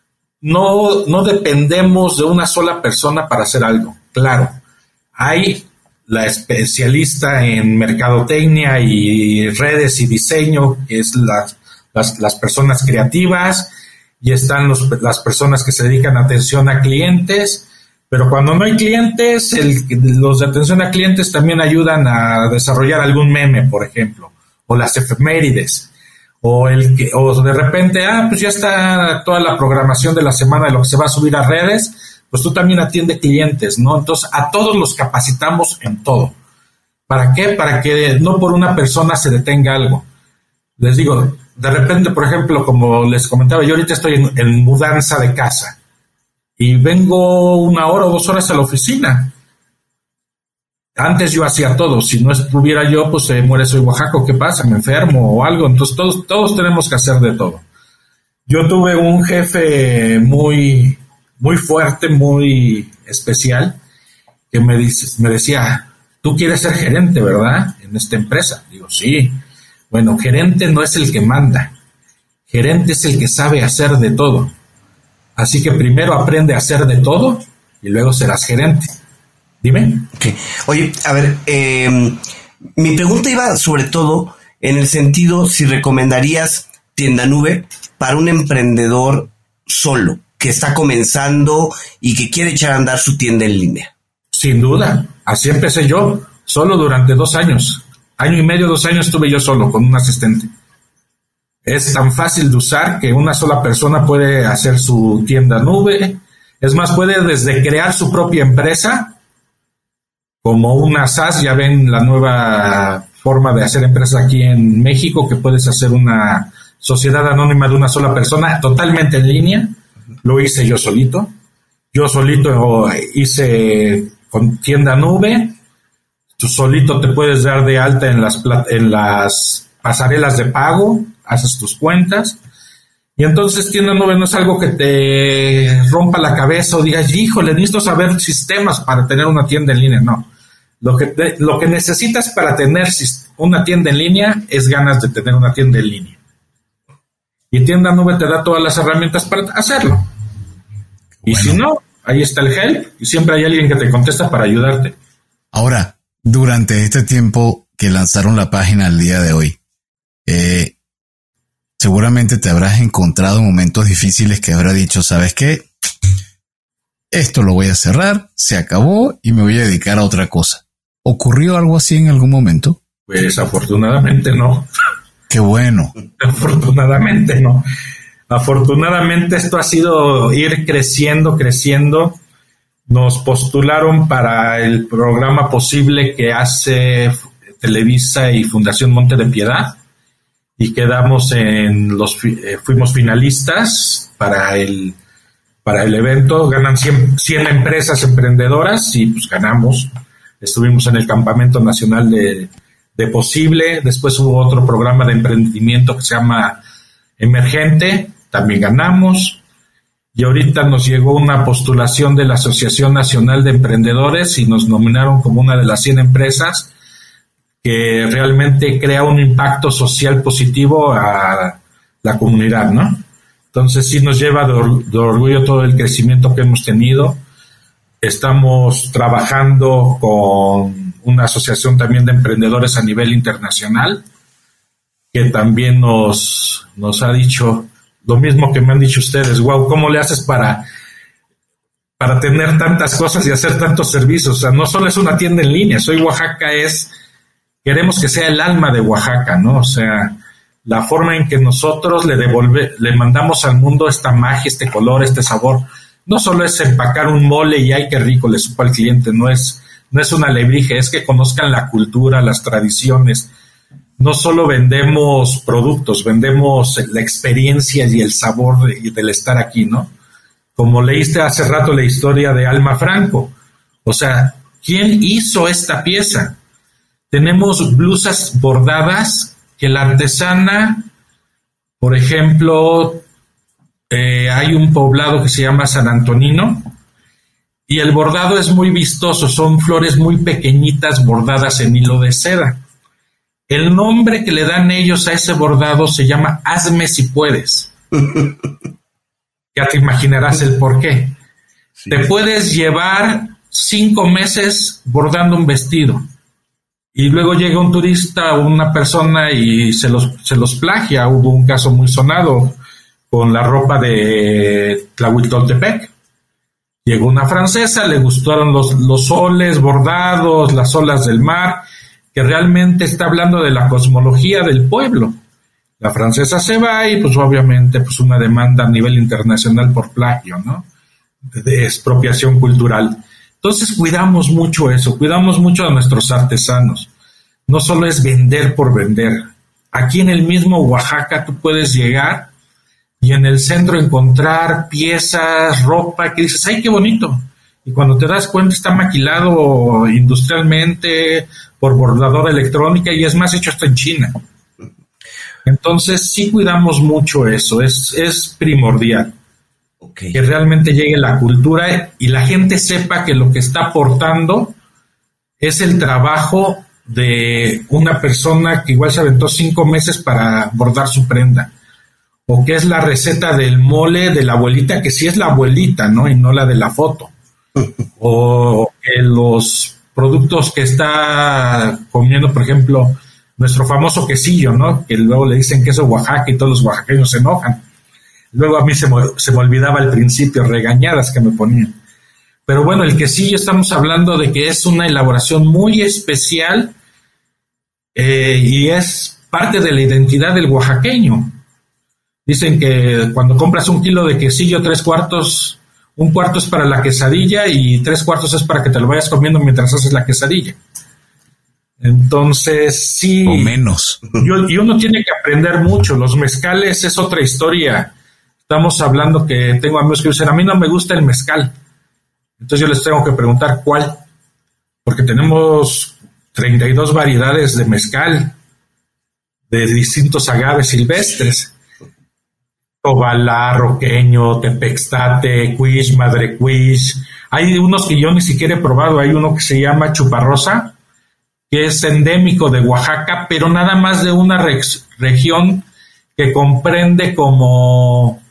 No dependemos de una sola persona para hacer algo. Claro, hay la especialista en mercadotecnia y redes y diseño, que es las personas creativas, y están las personas que se dedican a atención a clientes. Pero cuando no hay clientes, los de atención a clientes también ayudan a desarrollar algún meme, por ejemplo, o las efemérides, o de repente, pues ya está toda la programación de la semana de lo que se va a subir a redes, pues tú también atiende clientes, ¿no? Entonces, a todos los capacitamos en todo. ¿Para qué? Para que no por una persona se detenga algo. Les digo, de repente, por ejemplo, como les comentaba, yo ahorita estoy en mudanza de casa. Y vengo 1 hora o 2 horas a la oficina. Antes yo hacía todo. Si no estuviera yo, pues se muere Soy Oaxaca. ¿Qué pasa? Me enfermo o algo. Entonces todos tenemos que hacer de todo. Yo tuve un jefe muy, muy fuerte, muy especial, que me decía, tú quieres ser gerente, ¿verdad? En esta empresa. Digo, sí. Bueno, gerente no es el que manda. Gerente es el que sabe hacer de todo. Así que primero aprende a hacer de todo y luego serás gerente. Dime. Okay. Oye, a ver, mi pregunta iba sobre todo en el sentido si recomendarías Tienda Nube para un emprendedor solo, que está comenzando y que quiere echar a andar su tienda en línea. Sin duda. Así empecé yo, solo durante 2 años. 1 año y medio, 2 años estuve yo solo con un asistente. Es tan fácil de usar que una sola persona puede hacer su tienda nube. Es más, puede desde crear su propia empresa, como una SaaS. Ya ven la nueva forma de hacer empresa aquí en México, que puedes hacer una sociedad anónima de una sola persona, totalmente en línea. Lo hice yo solito. Yo solito hice con Tienda Nube. Tú solito te puedes dar de alta en las pasarelas de pago, haces tus cuentas Y entonces tienda nube no es algo que te rompa la cabeza o digas, híjole, necesito saber sistemas para tener una tienda en línea. No. Lo que necesitas para tener una tienda en línea es ganas de tener una tienda en línea. Y tienda nube te da todas las herramientas para hacerlo. Y bueno, si no, ahí está el help y siempre hay alguien que te contesta para ayudarte. Ahora, durante este tiempo que lanzaron la página al día de hoy, seguramente te habrás encontrado en momentos difíciles que habrás dicho, ¿sabes qué? Esto lo voy a cerrar, se acabó y me voy a dedicar a otra cosa. ¿Ocurrió algo así en algún momento? Pues afortunadamente no. Qué bueno. Afortunadamente no. Afortunadamente esto ha sido ir creciendo. Nos postularon para el programa Posible que hace Televisa y Fundación Monte de Piedad y quedamos fuimos finalistas para el evento. Ganan 100 empresas emprendedoras y pues ganamos. Estuvimos en el Campamento Nacional de Posible. Después hubo otro programa de emprendimiento que se llama Emergente. También ganamos. Y ahorita nos llegó una postulación de la Asociación Nacional de Emprendedores y nos nominaron como una de las 100 empresas que realmente crea un impacto social positivo a la comunidad, ¿no? Entonces sí nos lleva de orgullo todo el crecimiento que hemos tenido. Estamos trabajando con una asociación también de emprendedores a nivel internacional que también nos ha dicho lo mismo que me han dicho ustedes. Wow, ¿cómo le haces para tener tantas cosas y hacer tantos servicios? O sea, no solo es una tienda en línea. Soy Oaxaca queremos que sea el alma de Oaxaca, ¿no? O sea, la forma en que nosotros le mandamos al mundo esta magia, este color, este sabor. No solo es empacar un mole y ¡ay, qué rico! Le supo al cliente. No es una alebrije, es que conozcan la cultura, las tradiciones. No solo vendemos productos, vendemos la experiencia y el sabor del estar aquí, ¿no? Como leíste hace rato la historia de Alma Franco. O sea, ¿quién hizo esta pieza? Tenemos blusas bordadas que la artesana, por ejemplo, hay un poblado que se llama San Antonino y el bordado es muy vistoso, son flores muy pequeñitas bordadas en hilo de seda. El nombre que le dan ellos a ese bordado se llama Hazme si puedes. Ya te imaginarás el por qué. Sí. Te puedes llevar 5 meses bordando un vestido y luego llega un turista o una persona y se los plagia. Hubo un caso muy sonado con la ropa de Tlahuitoltepec. Llegó una francesa, le gustaron los soles bordados, las olas del mar, que realmente está hablando de la cosmología del pueblo. La francesa se va y pues obviamente pues una demanda a nivel internacional por plagio, ¿no? De expropiación cultural. Entonces cuidamos mucho eso, cuidamos mucho a nuestros artesanos. No solo es vender por vender. Aquí en el mismo Oaxaca tú puedes llegar y en el centro encontrar piezas, ropa que dices, ¡ay, qué bonito! Y cuando te das cuenta está maquilado industrialmente por bordadora electrónica y es más, hecho hasta en China. Entonces sí cuidamos mucho eso, es primordial. Okay. Que realmente llegue la cultura y la gente sepa que lo que está aportando es el trabajo de una persona que igual se aventó 5 meses para bordar su prenda. O que es la receta del mole de la abuelita, que sí es la abuelita, ¿no? Y no la de la foto. O que los productos que está comiendo, por ejemplo, nuestro famoso quesillo, ¿no? Que luego le dicen queso Oaxaca y todos los oaxaqueños se enojan. Luego a mí se me olvidaba al principio, regañadas que me ponían. Pero bueno, el quesillo estamos hablando de que es una elaboración muy especial y es parte de la identidad del oaxaqueño. Dicen que cuando compras 1 kilo de quesillo, 3/4, 1/4 es para la quesadilla y 3/4 es para que te lo vayas comiendo mientras haces la quesadilla. Entonces, sí. O menos. Y uno tiene que aprender mucho. Los mezcales es otra historia. Estamos hablando que tengo amigos que dicen, a mí no me gusta el mezcal. Entonces yo les tengo que preguntar cuál. Porque tenemos 32 variedades de mezcal de distintos agaves silvestres. Tobalá, Roqueño, Tepextate, Cuis, Madre Cuis. Hay unos que yo ni siquiera he probado. Hay uno que se llama Chuparrosa, que es endémico de Oaxaca, pero nada más de una región que comprende como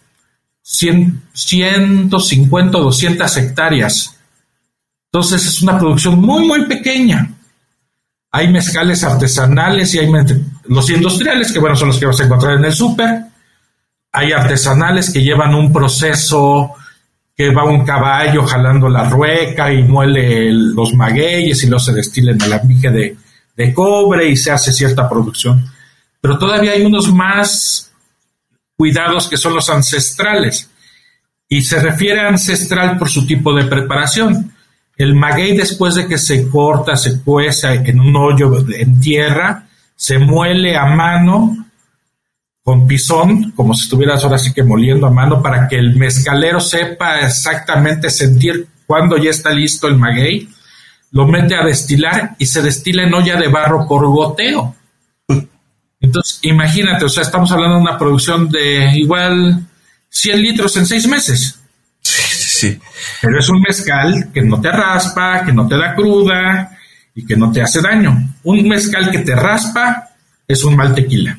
150 o 200 hectáreas. Entonces es una producción muy, muy pequeña. Hay mezcales artesanales y hay los industriales, que bueno, son los que vas a encontrar en el súper. Hay artesanales que llevan un proceso que va un caballo jalando la rueca y muele los magueyes y luego se destila en alambique de cobre y se hace cierta producción. Pero todavía hay unos más cuidados que son los ancestrales. Y se refiere a ancestral por su tipo de preparación. El maguey, después de que se corta, se cueza en un hoyo en tierra, se muele a mano con pisón, como si estuvieras ahora sí que moliendo a mano, para que el mezcalero sepa exactamente sentir cuándo ya está listo el maguey. Lo mete a destilar y se destila en olla de barro por goteo. Entonces, imagínate, o sea, estamos hablando de una producción de igual 100 litros en 6 meses. Sí. Pero es un mezcal que no te raspa, que no te da cruda y que no te hace daño. Un mezcal que te raspa es un mal tequila.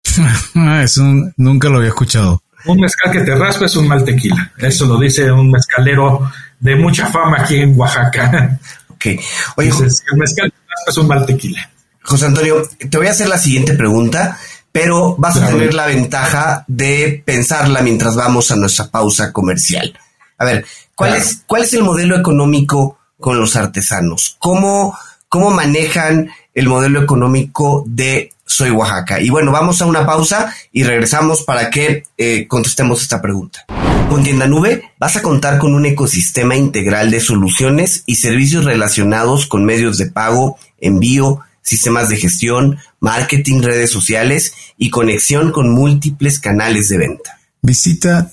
Nunca lo había escuchado. Un mezcal que te raspa es un mal tequila. Eso lo dice un mezcalero de mucha fama aquí en Oaxaca. Ok. Oye, dice, si el mezcal que te raspa es un mal tequila. José Antonio, te voy a hacer la siguiente pregunta, pero vas a tener la ventaja de pensarla mientras vamos a nuestra pausa comercial. A ver, ¿cuál es el modelo económico con los artesanos? ¿Cómo manejan el modelo económico de Soy Oaxaca? Y bueno, vamos a una pausa y regresamos para que contestemos esta pregunta. Con Tienda Nube vas a contar con un ecosistema integral de soluciones y servicios relacionados con medios de pago, envío, sistemas de gestión, marketing, redes sociales y conexión con múltiples canales de venta. Visita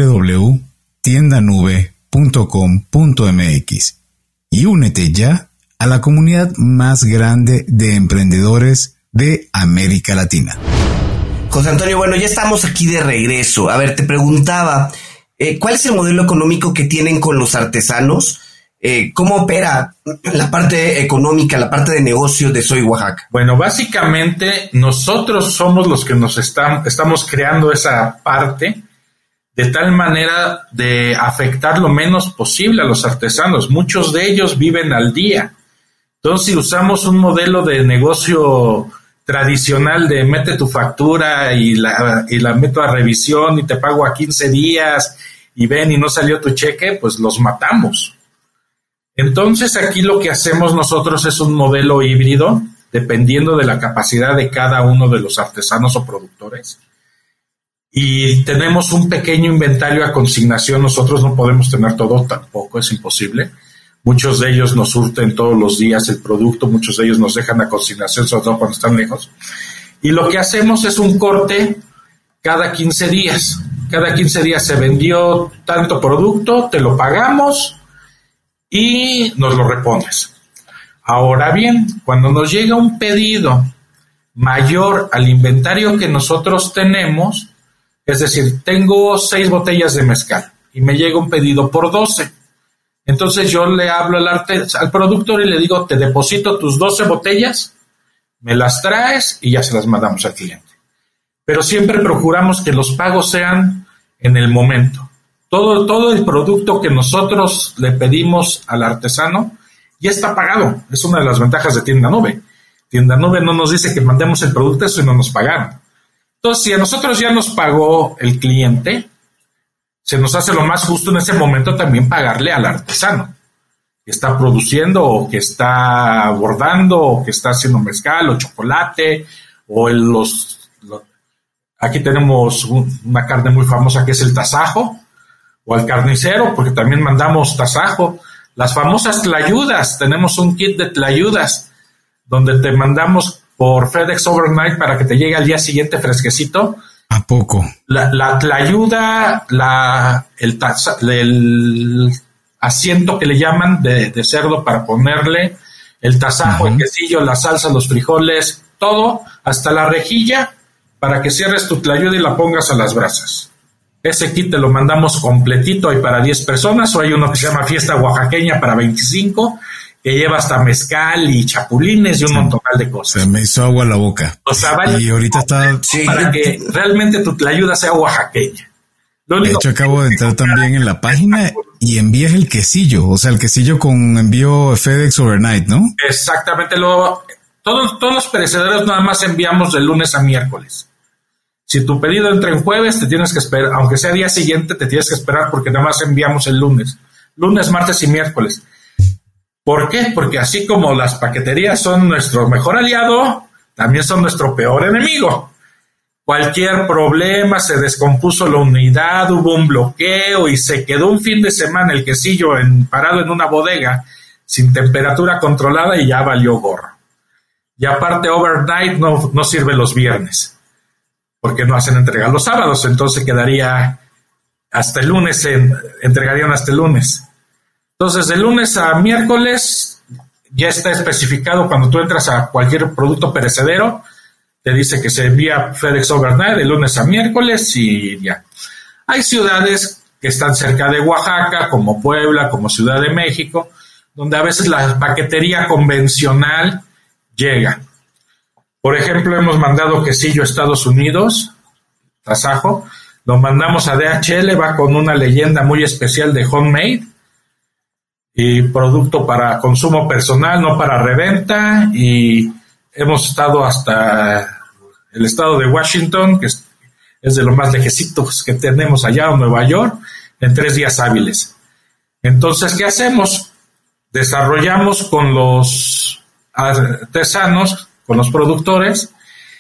www.tiendanube.com.mx y únete ya a la comunidad más grande de emprendedores de América Latina. José Antonio, bueno, ya estamos aquí de regreso. A ver, te preguntaba, ¿cuál es el modelo económico que tienen con los artesanos? ¿Cómo opera la parte económica, la parte de negocio de Soy Oaxaca? Bueno, básicamente nosotros somos los que estamos creando esa parte de tal manera de afectar lo menos posible a los artesanos. Muchos de ellos viven al día. Entonces, si usamos un modelo de negocio tradicional de mete tu factura y la meto a revisión y te pago a 15 días y ven y no salió tu cheque, pues los matamos. Entonces, aquí lo que hacemos nosotros es un modelo híbrido, dependiendo de la capacidad de cada uno de los artesanos o productores. Y tenemos un pequeño inventario a consignación. Nosotros no podemos tener todo, tampoco, es imposible. Muchos de ellos nos surten todos los días el producto, muchos de ellos nos dejan a consignación, sobre todo cuando están lejos. Y lo que hacemos es un corte cada 15 días. Cada 15 días se vendió tanto producto, te lo pagamos y nos lo repones. Ahora bien, cuando nos llega un pedido mayor al inventario que nosotros tenemos, es decir, tengo 6 botellas de mezcal y me llega un pedido por 12. Entonces yo le hablo al productor y le digo, te deposito tus 12 botellas, me las traes y ya se las mandamos al cliente. Pero siempre procuramos que los pagos sean en el momento. Todo el producto que nosotros le pedimos al artesano ya está pagado. Es una de las ventajas de Tienda Nube. Tienda Nube no nos dice que mandemos el producto, eso y no nos pagaron. Entonces, si a nosotros ya nos pagó el cliente, se nos hace lo más justo en ese momento también pagarle al artesano que está produciendo o que está bordando o que está haciendo mezcal o chocolate o aquí tenemos una carne muy famosa que es el tasajo, o al carnicero, porque también mandamos tasajo. Las famosas tlayudas, tenemos un kit de tlayudas donde te mandamos por FedEx Overnight para que te llegue al día siguiente fresquecito. ¿A poco? La tlayuda, el asiento que le llaman de cerdo para ponerle, el tasajo, el quesillo, la salsa, los frijoles, todo, hasta la rejilla, para que cierres tu tlayuda y la pongas a las brasas. Ese kit te lo mandamos completito, hay para 10 personas, o hay uno que se llama Fiesta Oaxaqueña para 25, que lleva hasta mezcal y chapulines y un montonal de cosas. Se me hizo agua la boca. O sea, vale, y ahorita está... para que realmente la ayuda sea oaxaqueña. De hecho, acabo de entrar también en la página y envías el quesillo, o sea, el quesillo con envío FedEx Overnight, ¿no? Exactamente, todos los perecederos nada más enviamos de lunes a miércoles. Si tu pedido entra en jueves, te tienes que esperar, aunque sea día siguiente, te tienes que esperar porque nada más enviamos el lunes. Lunes, martes y miércoles. ¿Por qué? Porque así como las paqueterías son nuestro mejor aliado, también son nuestro peor enemigo. Cualquier problema, se descompuso la unidad, hubo un bloqueo y se quedó un fin de semana el quesillo parado en una bodega sin temperatura controlada y ya valió gorro. Y aparte, overnight no sirve los viernes, porque no hacen entrega los sábados, entonces quedaría hasta el lunes, entregarían hasta el lunes. Entonces, de lunes a miércoles ya está especificado cuando tú entras a cualquier producto perecedero, te dice que se envía FedEx Overnight de lunes a miércoles y ya. Hay ciudades que están cerca de Oaxaca, como Puebla, como Ciudad de México, donde a veces la paquetería convencional llega. Por ejemplo, hemos mandado quesillo a Estados Unidos, tasajo, lo mandamos a DHL, va con una leyenda muy especial de homemade y producto para consumo personal, no para reventa, y hemos estado hasta el estado de Washington, que es de los más lejecitos que tenemos allá, en Nueva York, en 3 días hábiles. Entonces, ¿qué hacemos? Desarrollamos con los artesanos, con los productores,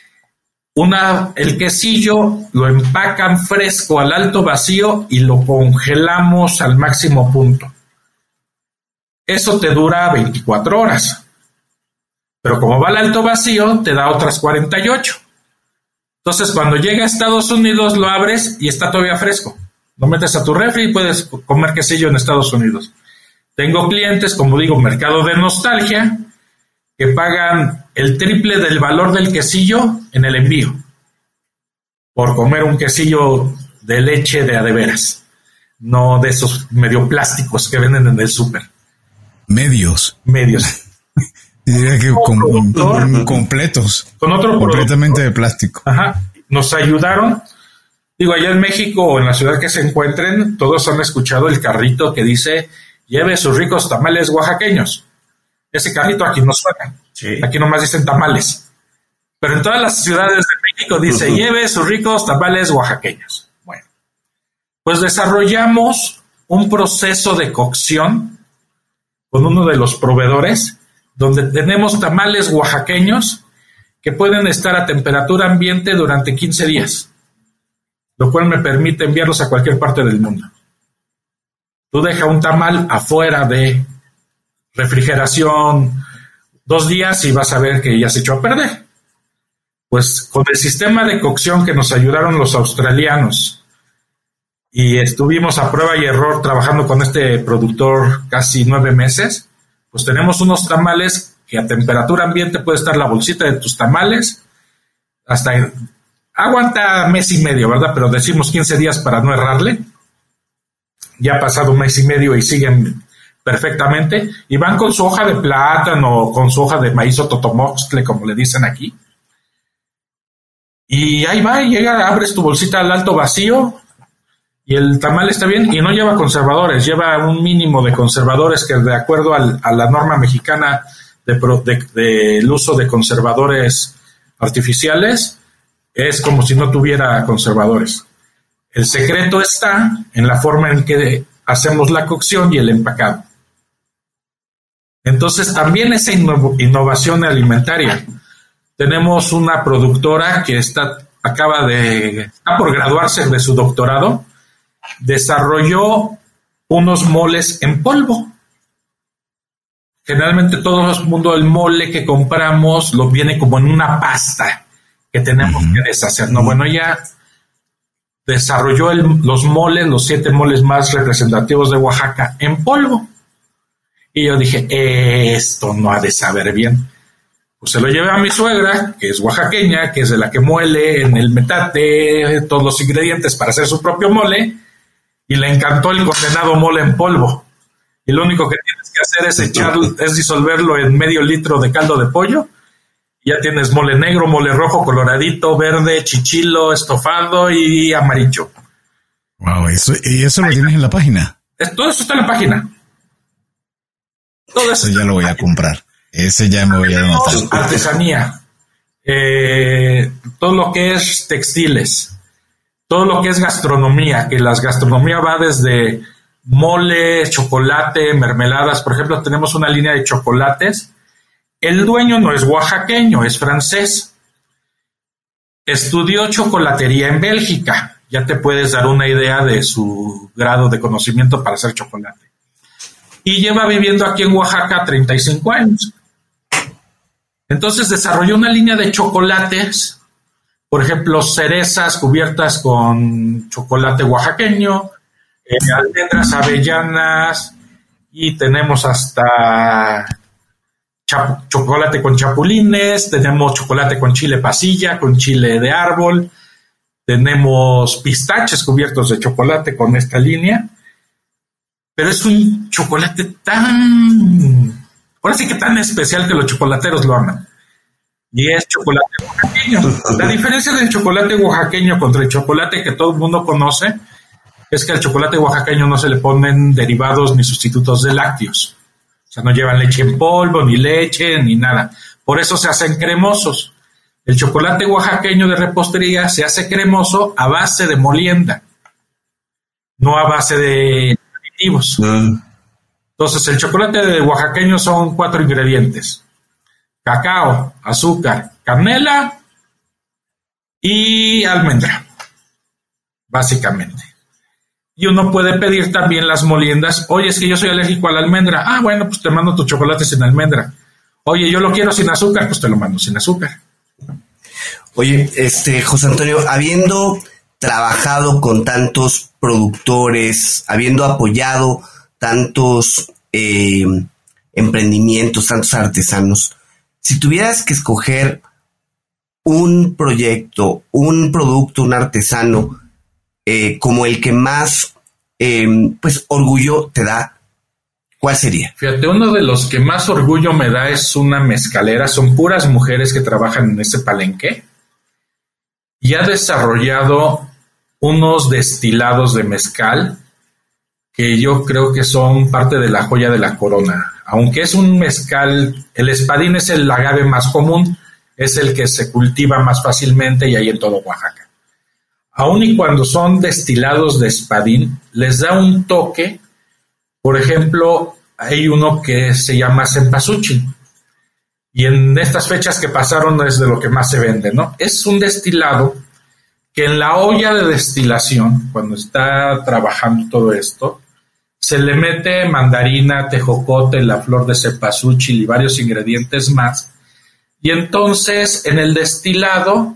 el quesillo lo empacan fresco al alto vacío y lo congelamos al máximo punto. Eso te dura 24 horas. Pero como va al alto vacío, te da otras 48. Entonces, cuando llega a Estados Unidos, lo abres y está todavía fresco. Lo metes a tu refri y puedes comer quesillo en Estados Unidos. Tengo clientes, como digo, mercado de nostalgia, que pagan el triple del valor del quesillo en el envío por comer un quesillo de leche de a de veras, no de esos medio plásticos que venden en el súper. Medios. Diría que completos. Con otro completamente productor, de plástico. Ajá. Nos ayudaron. Digo, allá en México o en la ciudad que se encuentren, todos han escuchado el carrito que dice: lleve sus ricos tamales oaxaqueños. Ese carrito aquí no suena. Sí. Aquí nomás dicen tamales. Pero en todas las ciudades de México dice: lleve sus ricos tamales oaxaqueños. Bueno, pues desarrollamos un proceso de cocción con uno de los proveedores, donde tenemos tamales oaxaqueños que pueden estar a temperatura ambiente durante 15 días, lo cual me permite enviarlos a cualquier parte del mundo. Tú deja un tamal afuera de refrigeración 2 días y vas a ver que ya se echó a perder. Pues con el sistema de cocción que nos ayudaron los australianos, y estuvimos a prueba y error trabajando con este productor casi 9 meses, pues tenemos unos tamales que a temperatura ambiente puede estar la bolsita de tus tamales hasta aguanta 1 mes y medio, ¿verdad? Pero decimos 15 días para no errarle. Ya ha pasado 1 mes y medio y siguen perfectamente, y van con su hoja de plátano o con su hoja de maíz o totomoxtle, como le dicen aquí. Y ahí va, llega, abres tu bolsita al alto vacío y el tamal está bien, y no lleva conservadores, lleva un mínimo de conservadores que, de acuerdo a la norma mexicana del uso de conservadores artificiales, es como si no tuviera conservadores. El secreto está en la forma en que hacemos la cocción y el empacado. Entonces, también esa innovación alimentaria. Tenemos una productora que está por graduarse de su doctorado, desarrolló unos moles en polvo. Generalmente todo el mundo, el mole que compramos lo viene como en una pasta que tenemos que deshacer, ¿no? Bueno, ella desarrolló los moles, los 7 moles más representativos de Oaxaca en polvo. Y yo dije, esto no ha de saber bien. Pues se lo llevé a mi suegra, que es oaxaqueña, que es de la que muele en el metate todos los ingredientes para hacer su propio mole, y le encantó el condenado mole en polvo. Y lo único que tienes que hacer es disolverlo en medio litro de caldo de pollo, y ya tienes mole negro, mole rojo, coloradito, verde, chichilo, estofado y amarillo. Wow, ¿y eso lo tienes en la página? Todo eso está en la página. Todo eso ya lo voy a comprar. Ese ya me voy a anotar. Artesanía, todo lo que es textiles, todo lo que es gastronomía, que la gastronomía va desde mole, chocolate, mermeladas. Por ejemplo, tenemos una línea de chocolates. El dueño no es oaxaqueño, es francés. Estudió chocolatería en Bélgica. Ya te puedes dar una idea de su grado de conocimiento para hacer chocolate. Y lleva viviendo aquí en Oaxaca 35 años. Entonces desarrolló una línea de chocolates, por ejemplo, cerezas cubiertas con chocolate oaxaqueño, almendras, avellanas, y tenemos hasta chocolate con chapulines, tenemos chocolate con chile pasilla, con chile de árbol, tenemos pistaches cubiertos de chocolate con esta línea, pero es un chocolate ahora sí que tan especial que los chocolateros lo aman. Y es chocolate oaxaqueño. La diferencia del chocolate oaxaqueño contra el chocolate que todo el mundo conoce es que al chocolate oaxaqueño no se le ponen derivados ni sustitutos de lácteos. O sea, no llevan leche en polvo, ni leche, ni nada. Por eso se hacen cremosos. El chocolate oaxaqueño de repostería se hace cremoso a base de molienda, no a base de aditivos. Entonces, el chocolate oaxaqueño son 4 ingredientes: cacao, azúcar, canela y almendra, básicamente. Y uno puede pedir también las moliendas. Oye, es que yo soy alérgico a la almendra. Ah, bueno, pues te mando tu chocolate sin almendra. Oye, yo lo quiero sin azúcar, pues te lo mando sin azúcar. Oye, José Antonio, habiendo trabajado con tantos productores, habiendo apoyado tantos emprendimientos, tantos artesanos, si tuvieras que escoger un proyecto, un producto, un artesano como el que más pues orgullo te da, ¿cuál sería? Fíjate, uno de los que más orgullo me da es una mezcalera. Son puras mujeres que trabajan en ese palenque y ha desarrollado unos destilados de mezcal que yo creo que son parte de la joya de la corona. Aunque es un mezcal, el espadín es el agave más común, es el que se cultiva más fácilmente y hay en todo Oaxaca. Aun y cuando son destilados de espadín, les da un toque. Por ejemplo, hay uno que se llama cempasúchil, y en estas fechas que pasaron es de lo que más se vende, ¿no? Es un destilado que en la olla de destilación, cuando está trabajando todo esto, se le mete mandarina, tejocote, la flor de cempasúchil y varios ingredientes más, y entonces en el destilado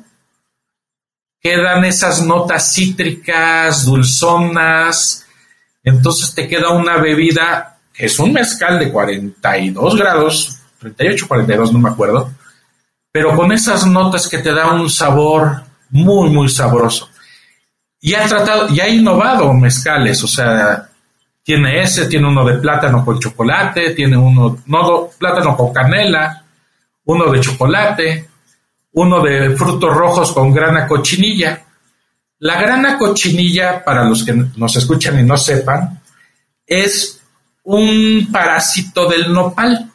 quedan esas notas cítricas, dulzonas. Entonces te queda una bebida que es un mezcal de 42 grados, 38, 42, no me acuerdo, pero con esas notas que te da un sabor muy, muy sabroso. Y ha innovado mezcales, o sea, tiene uno de plátano con chocolate, tiene plátano con canela, uno de chocolate, uno de frutos rojos con grana cochinilla. La grana cochinilla, para los que nos escuchan y no sepan, es un parásito del nopal.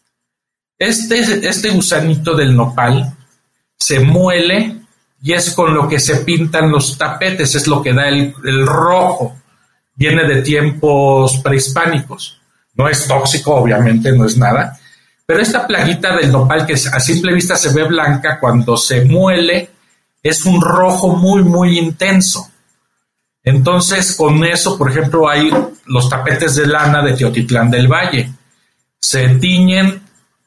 Este gusanito del nopal se muele y es con lo que se pintan los tapetes, es lo que da el rojo. Viene de tiempos prehispánicos. No es tóxico, obviamente, no es nada. Pero esta plaguita del nopal, que a simple vista se ve blanca, cuando se muele, es un rojo muy, muy intenso. Entonces, con eso, por ejemplo, hay los tapetes de lana de Teotitlán del Valle. Se tiñen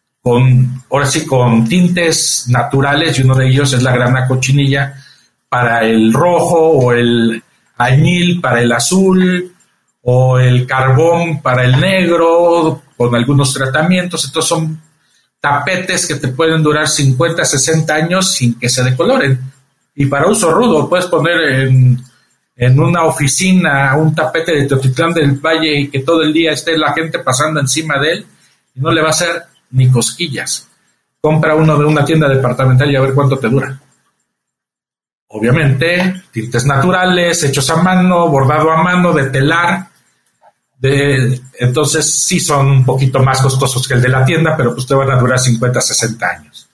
con tintes naturales, y uno de ellos es la grana cochinilla para el rojo, o el añil para el azul, o el carbón para el negro, con algunos tratamientos. Entonces son tapetes que te pueden durar 50, 60 años sin que se decoloren. Y para uso rudo, puedes poner en una oficina un tapete de Teotitlán del Valle y que todo el día esté la gente pasando encima de él y no le va a hacer ni cosquillas. Compra uno de una tienda departamental y a ver cuánto te dura. Obviamente, tintes naturales, hechos a mano, bordado a mano, de telar. Entonces sí son un poquito más costosos que el de la tienda, pero pues te van a durar 50, 60 años.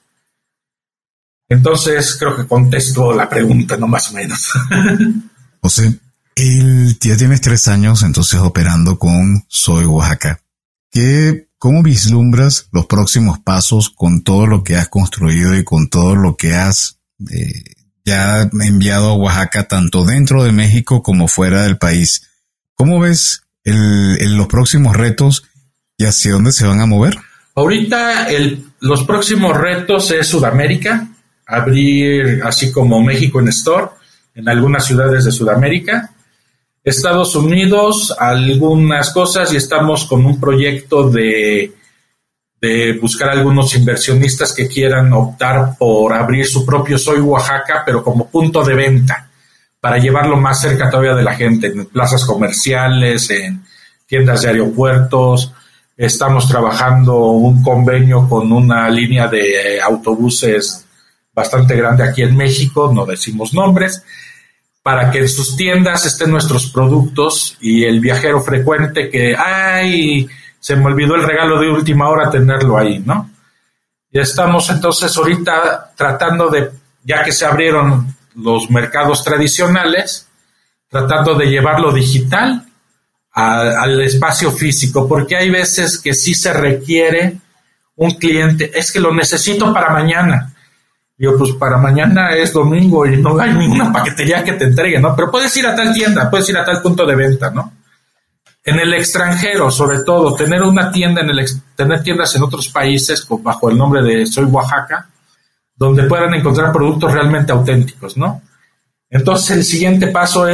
Entonces creo que contesto la pregunta, no más o menos. José, ya tienes 3 años entonces operando con Soy Oaxaca. ¿Cómo vislumbras los próximos pasos con todo lo que has construido y con todo lo que has ya enviado a Oaxaca, tanto dentro de México como fuera del país? ¿Cómo ves los próximos retos y hacia dónde se van a mover? Ahorita los próximos retos es Sudamérica, abrir así como México en Store en algunas ciudades de Sudamérica, Estados Unidos, algunas cosas, y estamos con un proyecto de buscar algunos inversionistas que quieran optar por abrir su propio Soy Oaxaca, pero como punto de venta, para llevarlo más cerca todavía de la gente, en plazas comerciales, en tiendas de aeropuertos. Estamos trabajando un convenio con una línea de autobuses bastante grande aquí en México, no decimos nombres, para que en sus tiendas estén nuestros productos y el viajero frecuente que, se me olvidó el regalo de última hora, tenerlo ahí, ¿no? Y estamos entonces ahorita tratando de, ya que se abrieron los mercados tradicionales, tratando de llevarlo digital al espacio físico, porque hay veces que sí se requiere un cliente, es que lo necesito para mañana. Yo, pues para mañana es domingo y no hay ninguna paquetería que te entregue, ¿no? Pero puedes ir a tal tienda, puedes ir a tal punto de venta, ¿no? En el extranjero, sobre todo, tener una tienda tener tiendas en otros países bajo el nombre de Soy Oaxaca, donde puedan encontrar productos realmente auténticos, ¿no? Entonces el siguiente paso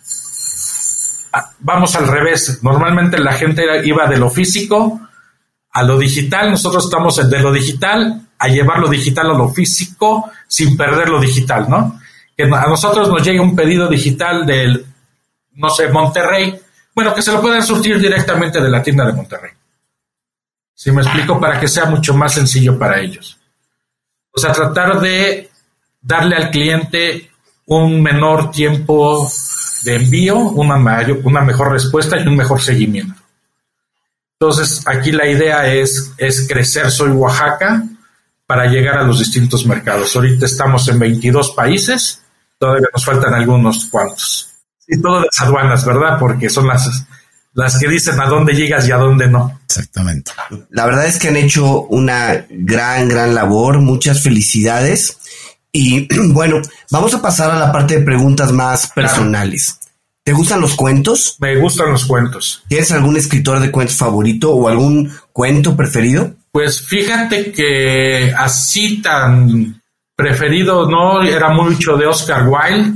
es, vamos al revés. Normalmente la gente iba de lo físico a lo digital, nosotros estamos de lo digital a llevar lo digital a lo físico sin perder lo digital, ¿no? Que a nosotros nos llegue un pedido digital del, no sé, Monterrey, bueno, que se lo puedan surtir directamente de la tienda de Monterrey. ¿Sí me explico? Para que sea mucho más sencillo para ellos. O sea, tratar de darle al cliente un menor tiempo de envío, una mejor respuesta y un mejor seguimiento. Entonces, aquí la idea es crecer Soy Oaxaca para llegar a los distintos mercados. Ahorita estamos en 22 países, todavía nos faltan algunos cuantos. Y todo de las aduanas, ¿verdad? Porque son las que dicen a dónde llegas y a dónde no. Exactamente. La verdad es que han hecho una gran labor. Muchas felicidades. Y bueno, vamos a pasar a la parte de preguntas más personales. Claro. ¿Te gustan los cuentos? Me gustan los cuentos. ¿Tienes algún escritor de cuentos favorito o algún cuento preferido? Pues fíjate que así tan preferido no, era mucho de Oscar Wilde.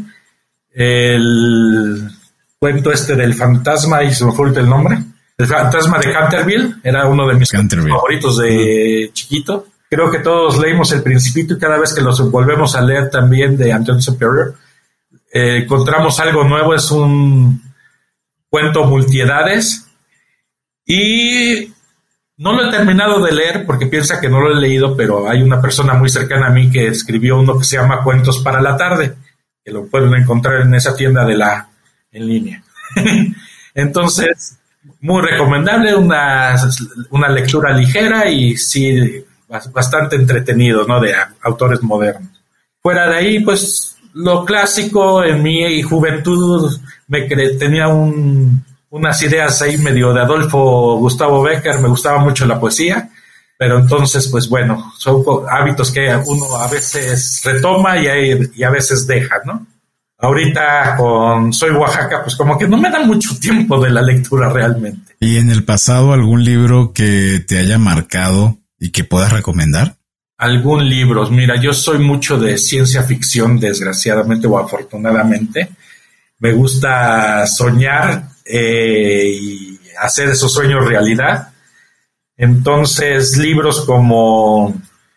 El cuento del fantasma, y se me fue el nombre. El fantasma de Canterville era uno de mis favoritos de chiquito. Creo que todos leímos El Principito y cada vez que los volvemos a leer también de Antonio Superior, encontramos algo nuevo. Es un cuento multiedades y no lo he terminado de leer porque piensa que no lo he leído, pero hay una persona muy cercana a mí que escribió uno que se llama Cuentos para la Tarde, que lo pueden encontrar en esa tienda en línea. Entonces, muy recomendable, una lectura ligera y sí, bastante entretenido, ¿no? De autores modernos. Fuera de ahí, pues, lo clásico, en mi juventud tenía unas ideas ahí medio de Adolfo Gustavo Bécquer, me gustaba mucho la poesía, pero entonces, pues bueno, son hábitos que uno a veces retoma y a veces deja, ¿no? Ahorita con Soy Oaxaca, pues como que no me da mucho tiempo de la lectura realmente. ¿Y en el pasado algún libro que te haya marcado y que puedas recomendar? Algún libro. Mira, yo soy mucho de ciencia ficción, desgraciadamente o afortunadamente. Me gusta soñar y hacer esos sueños realidad. Entonces, libros como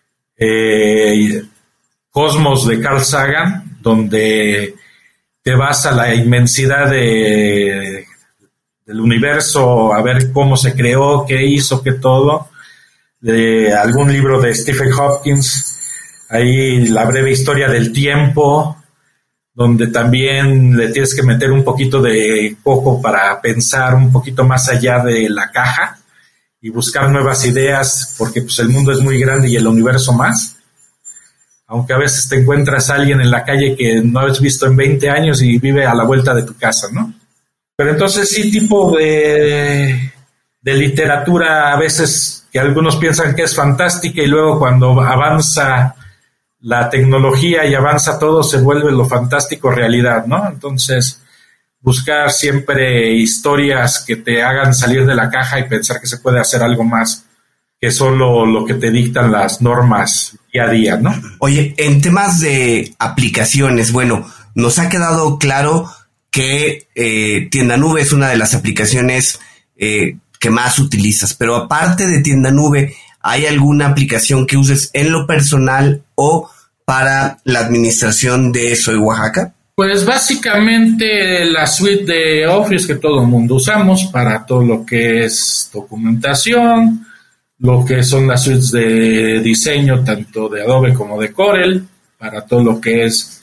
Cosmos de Carl Sagan, donde te vas a la inmensidad del universo, a ver cómo se creó, qué hizo, qué todo. De algún libro de Stephen Hopkinn, ahí La breve historia del tiempo, donde también le tienes que meter un poquito de coco para pensar un poquito más allá de la caja y buscar nuevas ideas, porque pues el mundo es muy grande y el universo más. Aunque a veces te encuentras a alguien en la calle que no has visto en 20 años y vive a la vuelta de tu casa, ¿no? Pero entonces sí, tipo de literatura a veces que algunos piensan que es fantástica y luego cuando avanza la tecnología y avanza todo se vuelve lo fantástico realidad, ¿no? Entonces buscar siempre historias que te hagan salir de la caja y pensar que se puede hacer algo más que solo lo que te dictan las normas día a día, ¿no? Oye, en temas de aplicaciones, bueno, nos ha quedado claro que Tienda Nube es una de las aplicaciones que más utilizas, pero aparte de Tienda Nube, ¿hay alguna aplicación que uses en lo personal o para la administración de Soy Oaxaca? Pues básicamente la suite de Office que todo el mundo usamos para todo lo que es documentación, lo que son las suites de diseño tanto de Adobe como de Corel, para todo lo que es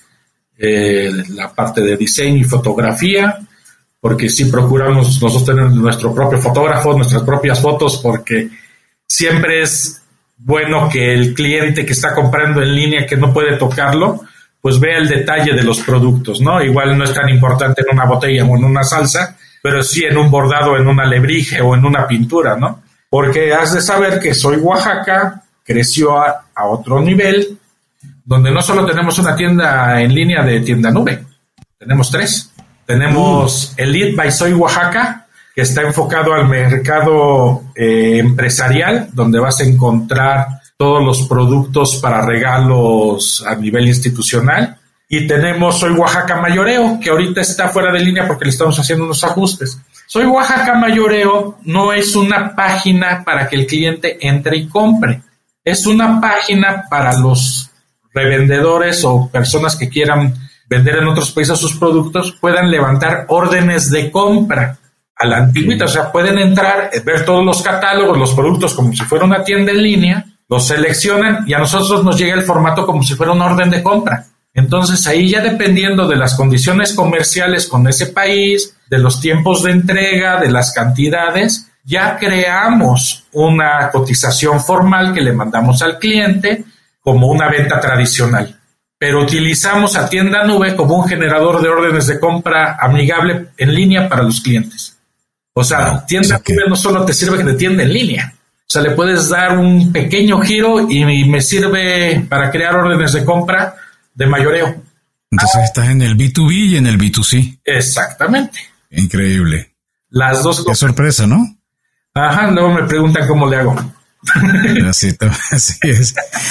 la parte de diseño y fotografía, porque sí procuramos nosotros tener nuestro propio fotógrafo, nuestras propias fotos, porque siempre es bueno que el cliente que está comprando en línea, que no puede tocarlo, pues vea el detalle de los productos, ¿no? Igual no es tan importante en una botella o en una salsa, pero sí en un bordado, en una alebrije o en una pintura, ¿no? Porque has de saber que Soy Oaxaca creció a otro nivel, donde no solo tenemos una tienda en línea de Tienda Nube, tenemos 3. Tenemos Elite by Soy Oaxaca, que está enfocado al mercado empresarial, donde vas a encontrar todos los productos para regalos a nivel institucional. Y tenemos Soy Oaxaca Mayoreo, que ahorita está fuera de línea porque le estamos haciendo unos ajustes. Soy Oaxaca Mayoreo no es una página para que el cliente entre y compre. Es una página para los revendedores o personas que quieran vender en otros países sus productos, puedan levantar órdenes de compra a la antigüita. O sea, pueden entrar, ver todos los catálogos, los productos como si fuera una tienda en línea, los seleccionan y a nosotros nos llega el formato como si fuera una orden de compra. Entonces ahí ya dependiendo de las condiciones comerciales con ese país, de los tiempos de entrega, de las cantidades, ya creamos una cotización formal que le mandamos al cliente como una venta tradicional. Pero utilizamos a Tienda Nube como un generador de órdenes de compra amigable en línea para los clientes. O sea, Tienda Nube no solo te sirve de tienda en línea. O sea, le puedes dar un pequeño giro y me sirve para crear órdenes de compra de mayoreo. Entonces estás en el B2B y en el B2C. Exactamente. Increíble. Las dos cosas. Qué sorpresa, ¿no? Ajá, luego me preguntan cómo le hago. Así es.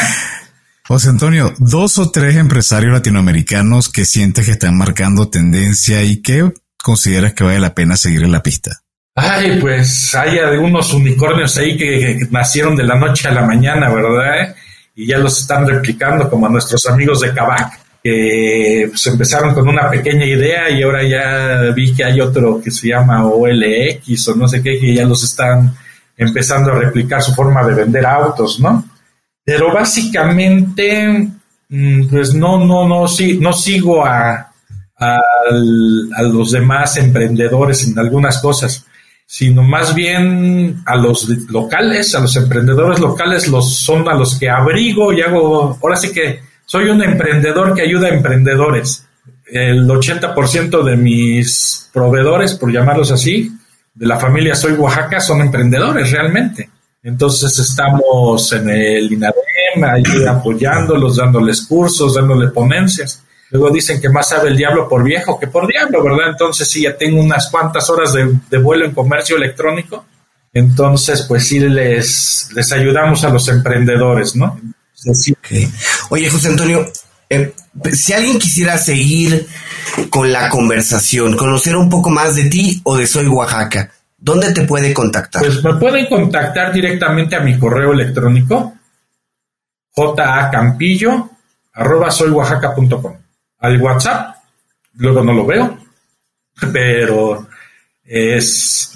José Antonio, 2 o 3 empresarios latinoamericanos que sientes que están marcando tendencia y que consideras que vale la pena seguir en la pista. Ay, pues hay algunos unicornios ahí que nacieron de la noche a la mañana, ¿verdad? Y ya los están replicando, como a nuestros amigos de Kavak, que pues empezaron con una pequeña idea y ahora ya vi que hay otro que se llama OLX o no sé qué, que ya los están empezando a replicar su forma de vender autos, ¿no? Pero básicamente, pues no sigo a los demás emprendedores en algunas cosas, sino más bien a los locales, a los emprendedores locales son a los que abrigo y hago. Ahora sí que soy un emprendedor que ayuda a emprendedores. El 80% de mis proveedores, por llamarlos así, de la familia Soy Oaxaca, son emprendedores realmente. Entonces estamos en el INADEM, ahí apoyándolos, dándoles cursos, dándoles ponencias. Luego dicen que más sabe el diablo por viejo que por diablo, ¿verdad? Entonces sí, ya tengo unas cuantas horas de vuelo en comercio electrónico. Entonces, pues sí les ayudamos a los emprendedores, ¿no? Sí. Okay. Oye, José Antonio, si alguien quisiera seguir con la conversación, conocer un poco más de ti o de Soy Oaxaca, ¿dónde te puede contactar? Pues me pueden contactar directamente a mi correo electrónico, jacampillo@soyoaxaca.com. Al WhatsApp, luego no lo veo, pero es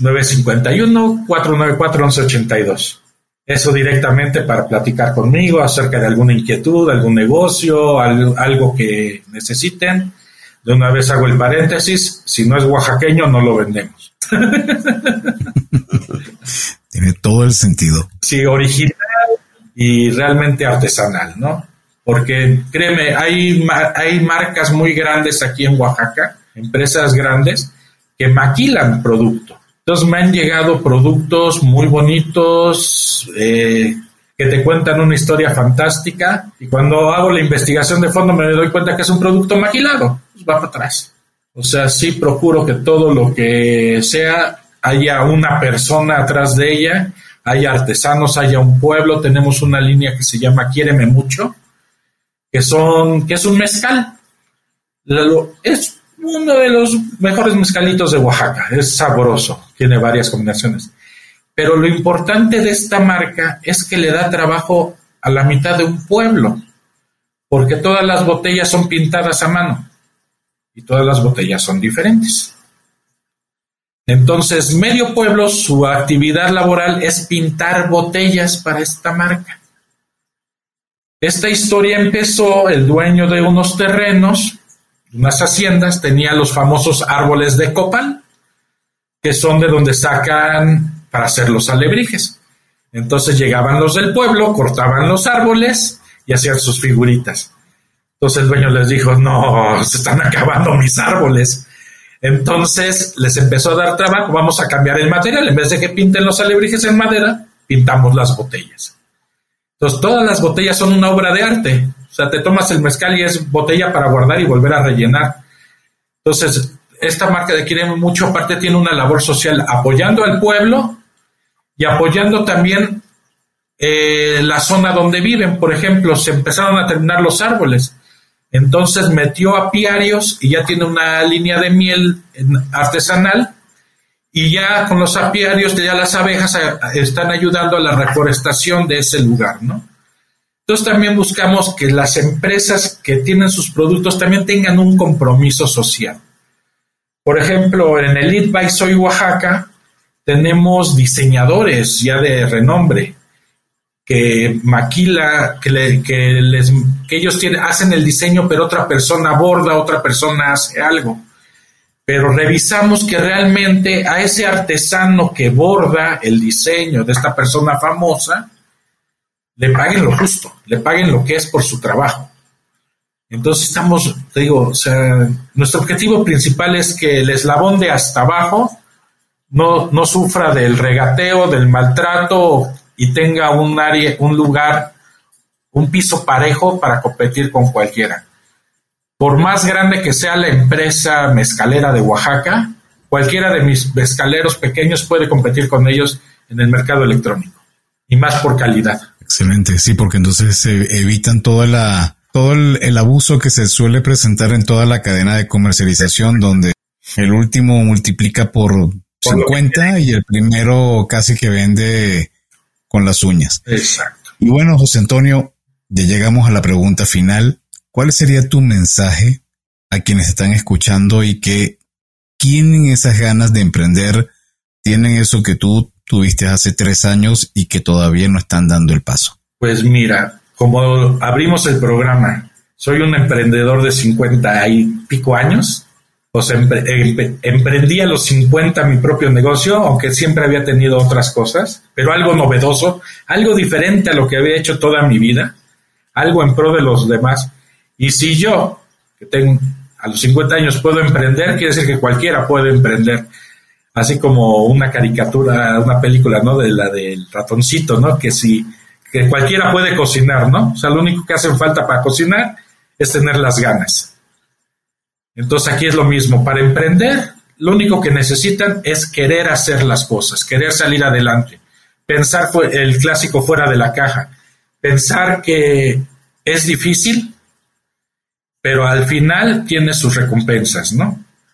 951-494-1182. Eso directamente para platicar conmigo acerca de alguna inquietud, algún negocio, algo que necesiten. De una vez hago el paréntesis, si no es oaxaqueño no lo vendemos. Tiene todo el sentido. Sí, original y realmente artesanal, ¿no? Porque créeme, hay marcas muy grandes aquí en Oaxaca, empresas grandes, que maquilan producto. Entonces me han llegado productos muy bonitos, que te cuentan una historia fantástica, y cuando hago la investigación de fondo me doy cuenta que es un producto maquilado, pues va para atrás. O sea, sí procuro que todo lo que sea, haya una persona atrás de ella, haya artesanos, haya un pueblo. Tenemos una línea que se llama Quiéreme Mucho, que es un mezcal. Es uno de los mejores mezcalitos de Oaxaca, es sabroso, tiene varias combinaciones. Pero lo importante de esta marca es que le da trabajo a la mitad de un pueblo, porque todas las botellas son pintadas a mano y todas las botellas son diferentes. Entonces, medio pueblo, su actividad laboral es pintar botellas para esta marca. Esta historia empezó, el dueño de unos terrenos, unas haciendas, tenía los famosos árboles de copal, que son de donde sacan para hacer los alebrijes. Entonces llegaban los del pueblo, cortaban los árboles y hacían sus figuritas. Entonces el dueño les dijo, no, se están acabando mis árboles. Entonces les empezó a dar trabajo, vamos a cambiar el material, en vez de que pinten los alebrijes en madera, pintamos las botellas. Entonces todas las botellas son una obra de arte. O sea, te tomas el mezcal y es botella para guardar y volver a rellenar. Entonces, esta marca de Quiéreme Mucho, aparte, tiene una labor social apoyando al pueblo y apoyando también la zona donde viven. Por ejemplo, se empezaron a terminar los árboles. Entonces metió apiarios y ya tiene una línea de miel artesanal, y ya con los apiarios, ya las abejas están ayudando a la reforestación de ese lugar, ¿no? Entonces también buscamos que las empresas que tienen sus productos también tengan un compromiso social. Por ejemplo, en el Eat by Soy Oaxaca tenemos diseñadores ya de renombre que maquila, que ellos hacen el diseño, pero otra persona borda, otra persona hace algo. Pero revisamos que realmente a ese artesano que borda el diseño de esta persona famosa, le paguen lo justo, le paguen lo que es por su trabajo. Entonces nuestro objetivo principal es que el eslabón de hasta abajo no sufra del regateo, del maltrato, y tenga un lugar, un piso parejo para competir con cualquiera. Por más grande que sea la empresa mezcalera de Oaxaca, cualquiera de mis mezcaleros pequeños puede competir con ellos en el mercado electrónico, y más por calidad. Excelente, sí, porque entonces se evitan todo el abuso que se suele presentar en toda la cadena de comercialización, donde el último multiplica por 50 y el primero casi que vende con las uñas. Exacto. Y bueno, José Antonio, ya llegamos a la pregunta final. ¿Cuál sería tu mensaje a quienes están escuchando y que tienen esas ganas de emprender, tienen eso que tú tuviste hace 3 años y que todavía no están dando el paso? Pues mira, como abrimos el programa, soy un emprendedor de 50 y pico años. Pues emprendí a los 50 mi propio negocio, aunque siempre había tenido otras cosas, pero algo novedoso, algo diferente a lo que había hecho toda mi vida, algo en pro de los demás. Y si yo, que tengo a los 50 años, puedo emprender, quiere decir que cualquiera puede emprender. Así como una caricatura, una película, ¿no? De la del ratoncito, ¿no? Que cualquiera puede cocinar, ¿no? O sea, lo único que hace falta para cocinar es tener las ganas. Entonces aquí es lo mismo. Para emprender, lo único que necesitan es querer hacer las cosas, querer salir adelante, pensar el clásico fuera de la caja, pensar que es difícil, pero al final tiene sus recompensas, ¿no?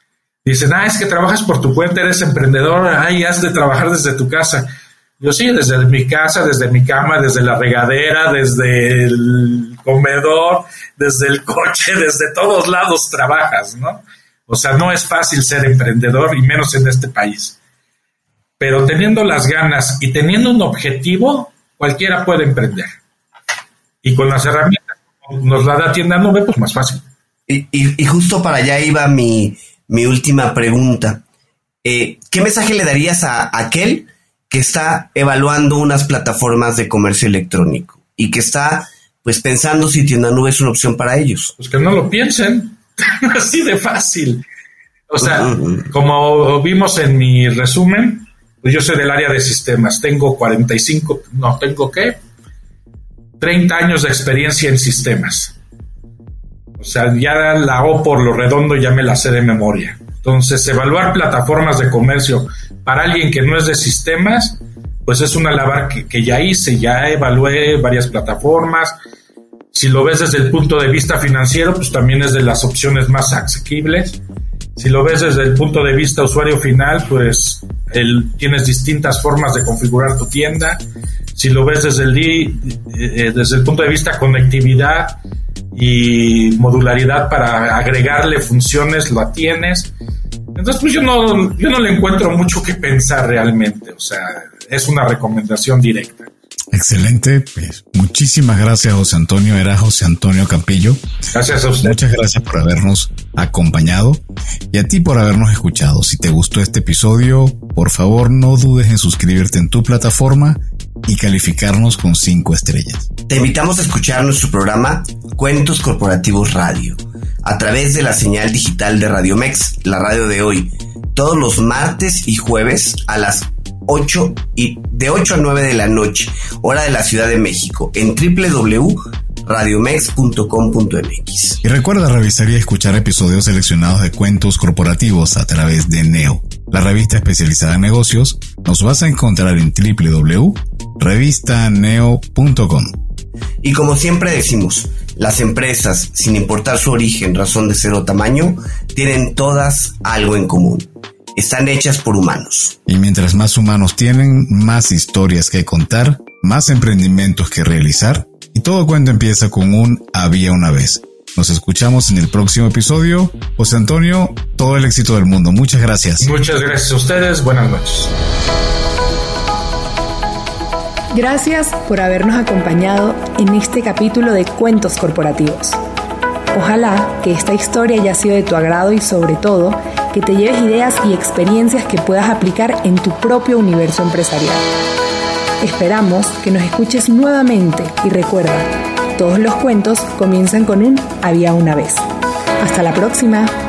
Dicen, es que trabajas por tu cuenta, eres emprendedor, has de trabajar desde tu casa. Yo sí, desde mi casa, desde mi cama, desde la regadera, desde el comedor, desde el coche, desde todos lados trabajas, ¿no? O sea, no es fácil ser emprendedor y menos en este país. Pero teniendo las ganas y teniendo un objetivo, cualquiera puede emprender. Y con las herramientas que nos la da Tienda Nube, pues más fácil. Y justo para allá iba mi última pregunta. ¿Qué mensaje le darías a aquel que está evaluando unas plataformas de comercio electrónico y que está pues pensando si Tienda Nube es una opción para ellos? Pues que no lo piensen, así de fácil. O sea, como vimos en mi resumen, pues yo soy del área de sistemas, tengo 30 años de experiencia en sistemas. O sea, ya la O por lo redondo ya me la sé de memoria. Entonces, evaluar plataformas de comercio para alguien que no es de sistemas, pues es una labor que ya hice, ya evalué varias plataformas. Si lo ves desde el punto de vista financiero, pues también es de las opciones más asequibles. Si lo ves desde el punto de vista usuario final, pues tienes distintas formas de configurar tu tienda. Si lo ves desde el punto de vista conectividad y modularidad para agregarle funciones, la tienes. Entonces, pues yo no le encuentro mucho que pensar realmente. O sea, es una recomendación directa. Excelente, pues muchísimas gracias, José Antonio. Era José Antonio Campillo. Gracias a usted. Muchas gracias por habernos acompañado y a ti por habernos escuchado. Si te gustó este episodio, por favor no dudes en suscribirte en tu plataforma y calificarnos con 5 estrellas. Te invitamos a escuchar nuestro programa Cuentos Corporativos Radio a través de la señal digital de Radio Mex, la radio de hoy, todos los martes y jueves a las 8 a 9 de la noche, hora de la Ciudad de México, en www.radiomex.com.mx. Y recuerda revisar y escuchar episodios seleccionados de Cuentos Corporativos a través de Neo, la revista especializada en negocios. Nos vas a encontrar en www.revistaneo.com. Y como siempre decimos, las empresas, sin importar su origen, razón de ser o tamaño, tienen todas algo en común. Están hechas por humanos. Y mientras más humanos tienen, más historias que contar, más emprendimientos que realizar. Y todo cuento empieza con un había una vez. Nos escuchamos en el próximo episodio. José Antonio, todo el éxito del mundo. Muchas gracias. Muchas gracias a ustedes. Buenas noches. Gracias por habernos acompañado en este capítulo de Cuentos Corporativos. Ojalá que esta historia haya sido de tu agrado y sobre todo que te lleves ideas y experiencias que puedas aplicar en tu propio universo empresarial. Esperamos que nos escuches nuevamente y recuerda, todos los cuentos comienzan con un había una vez. Hasta la próxima.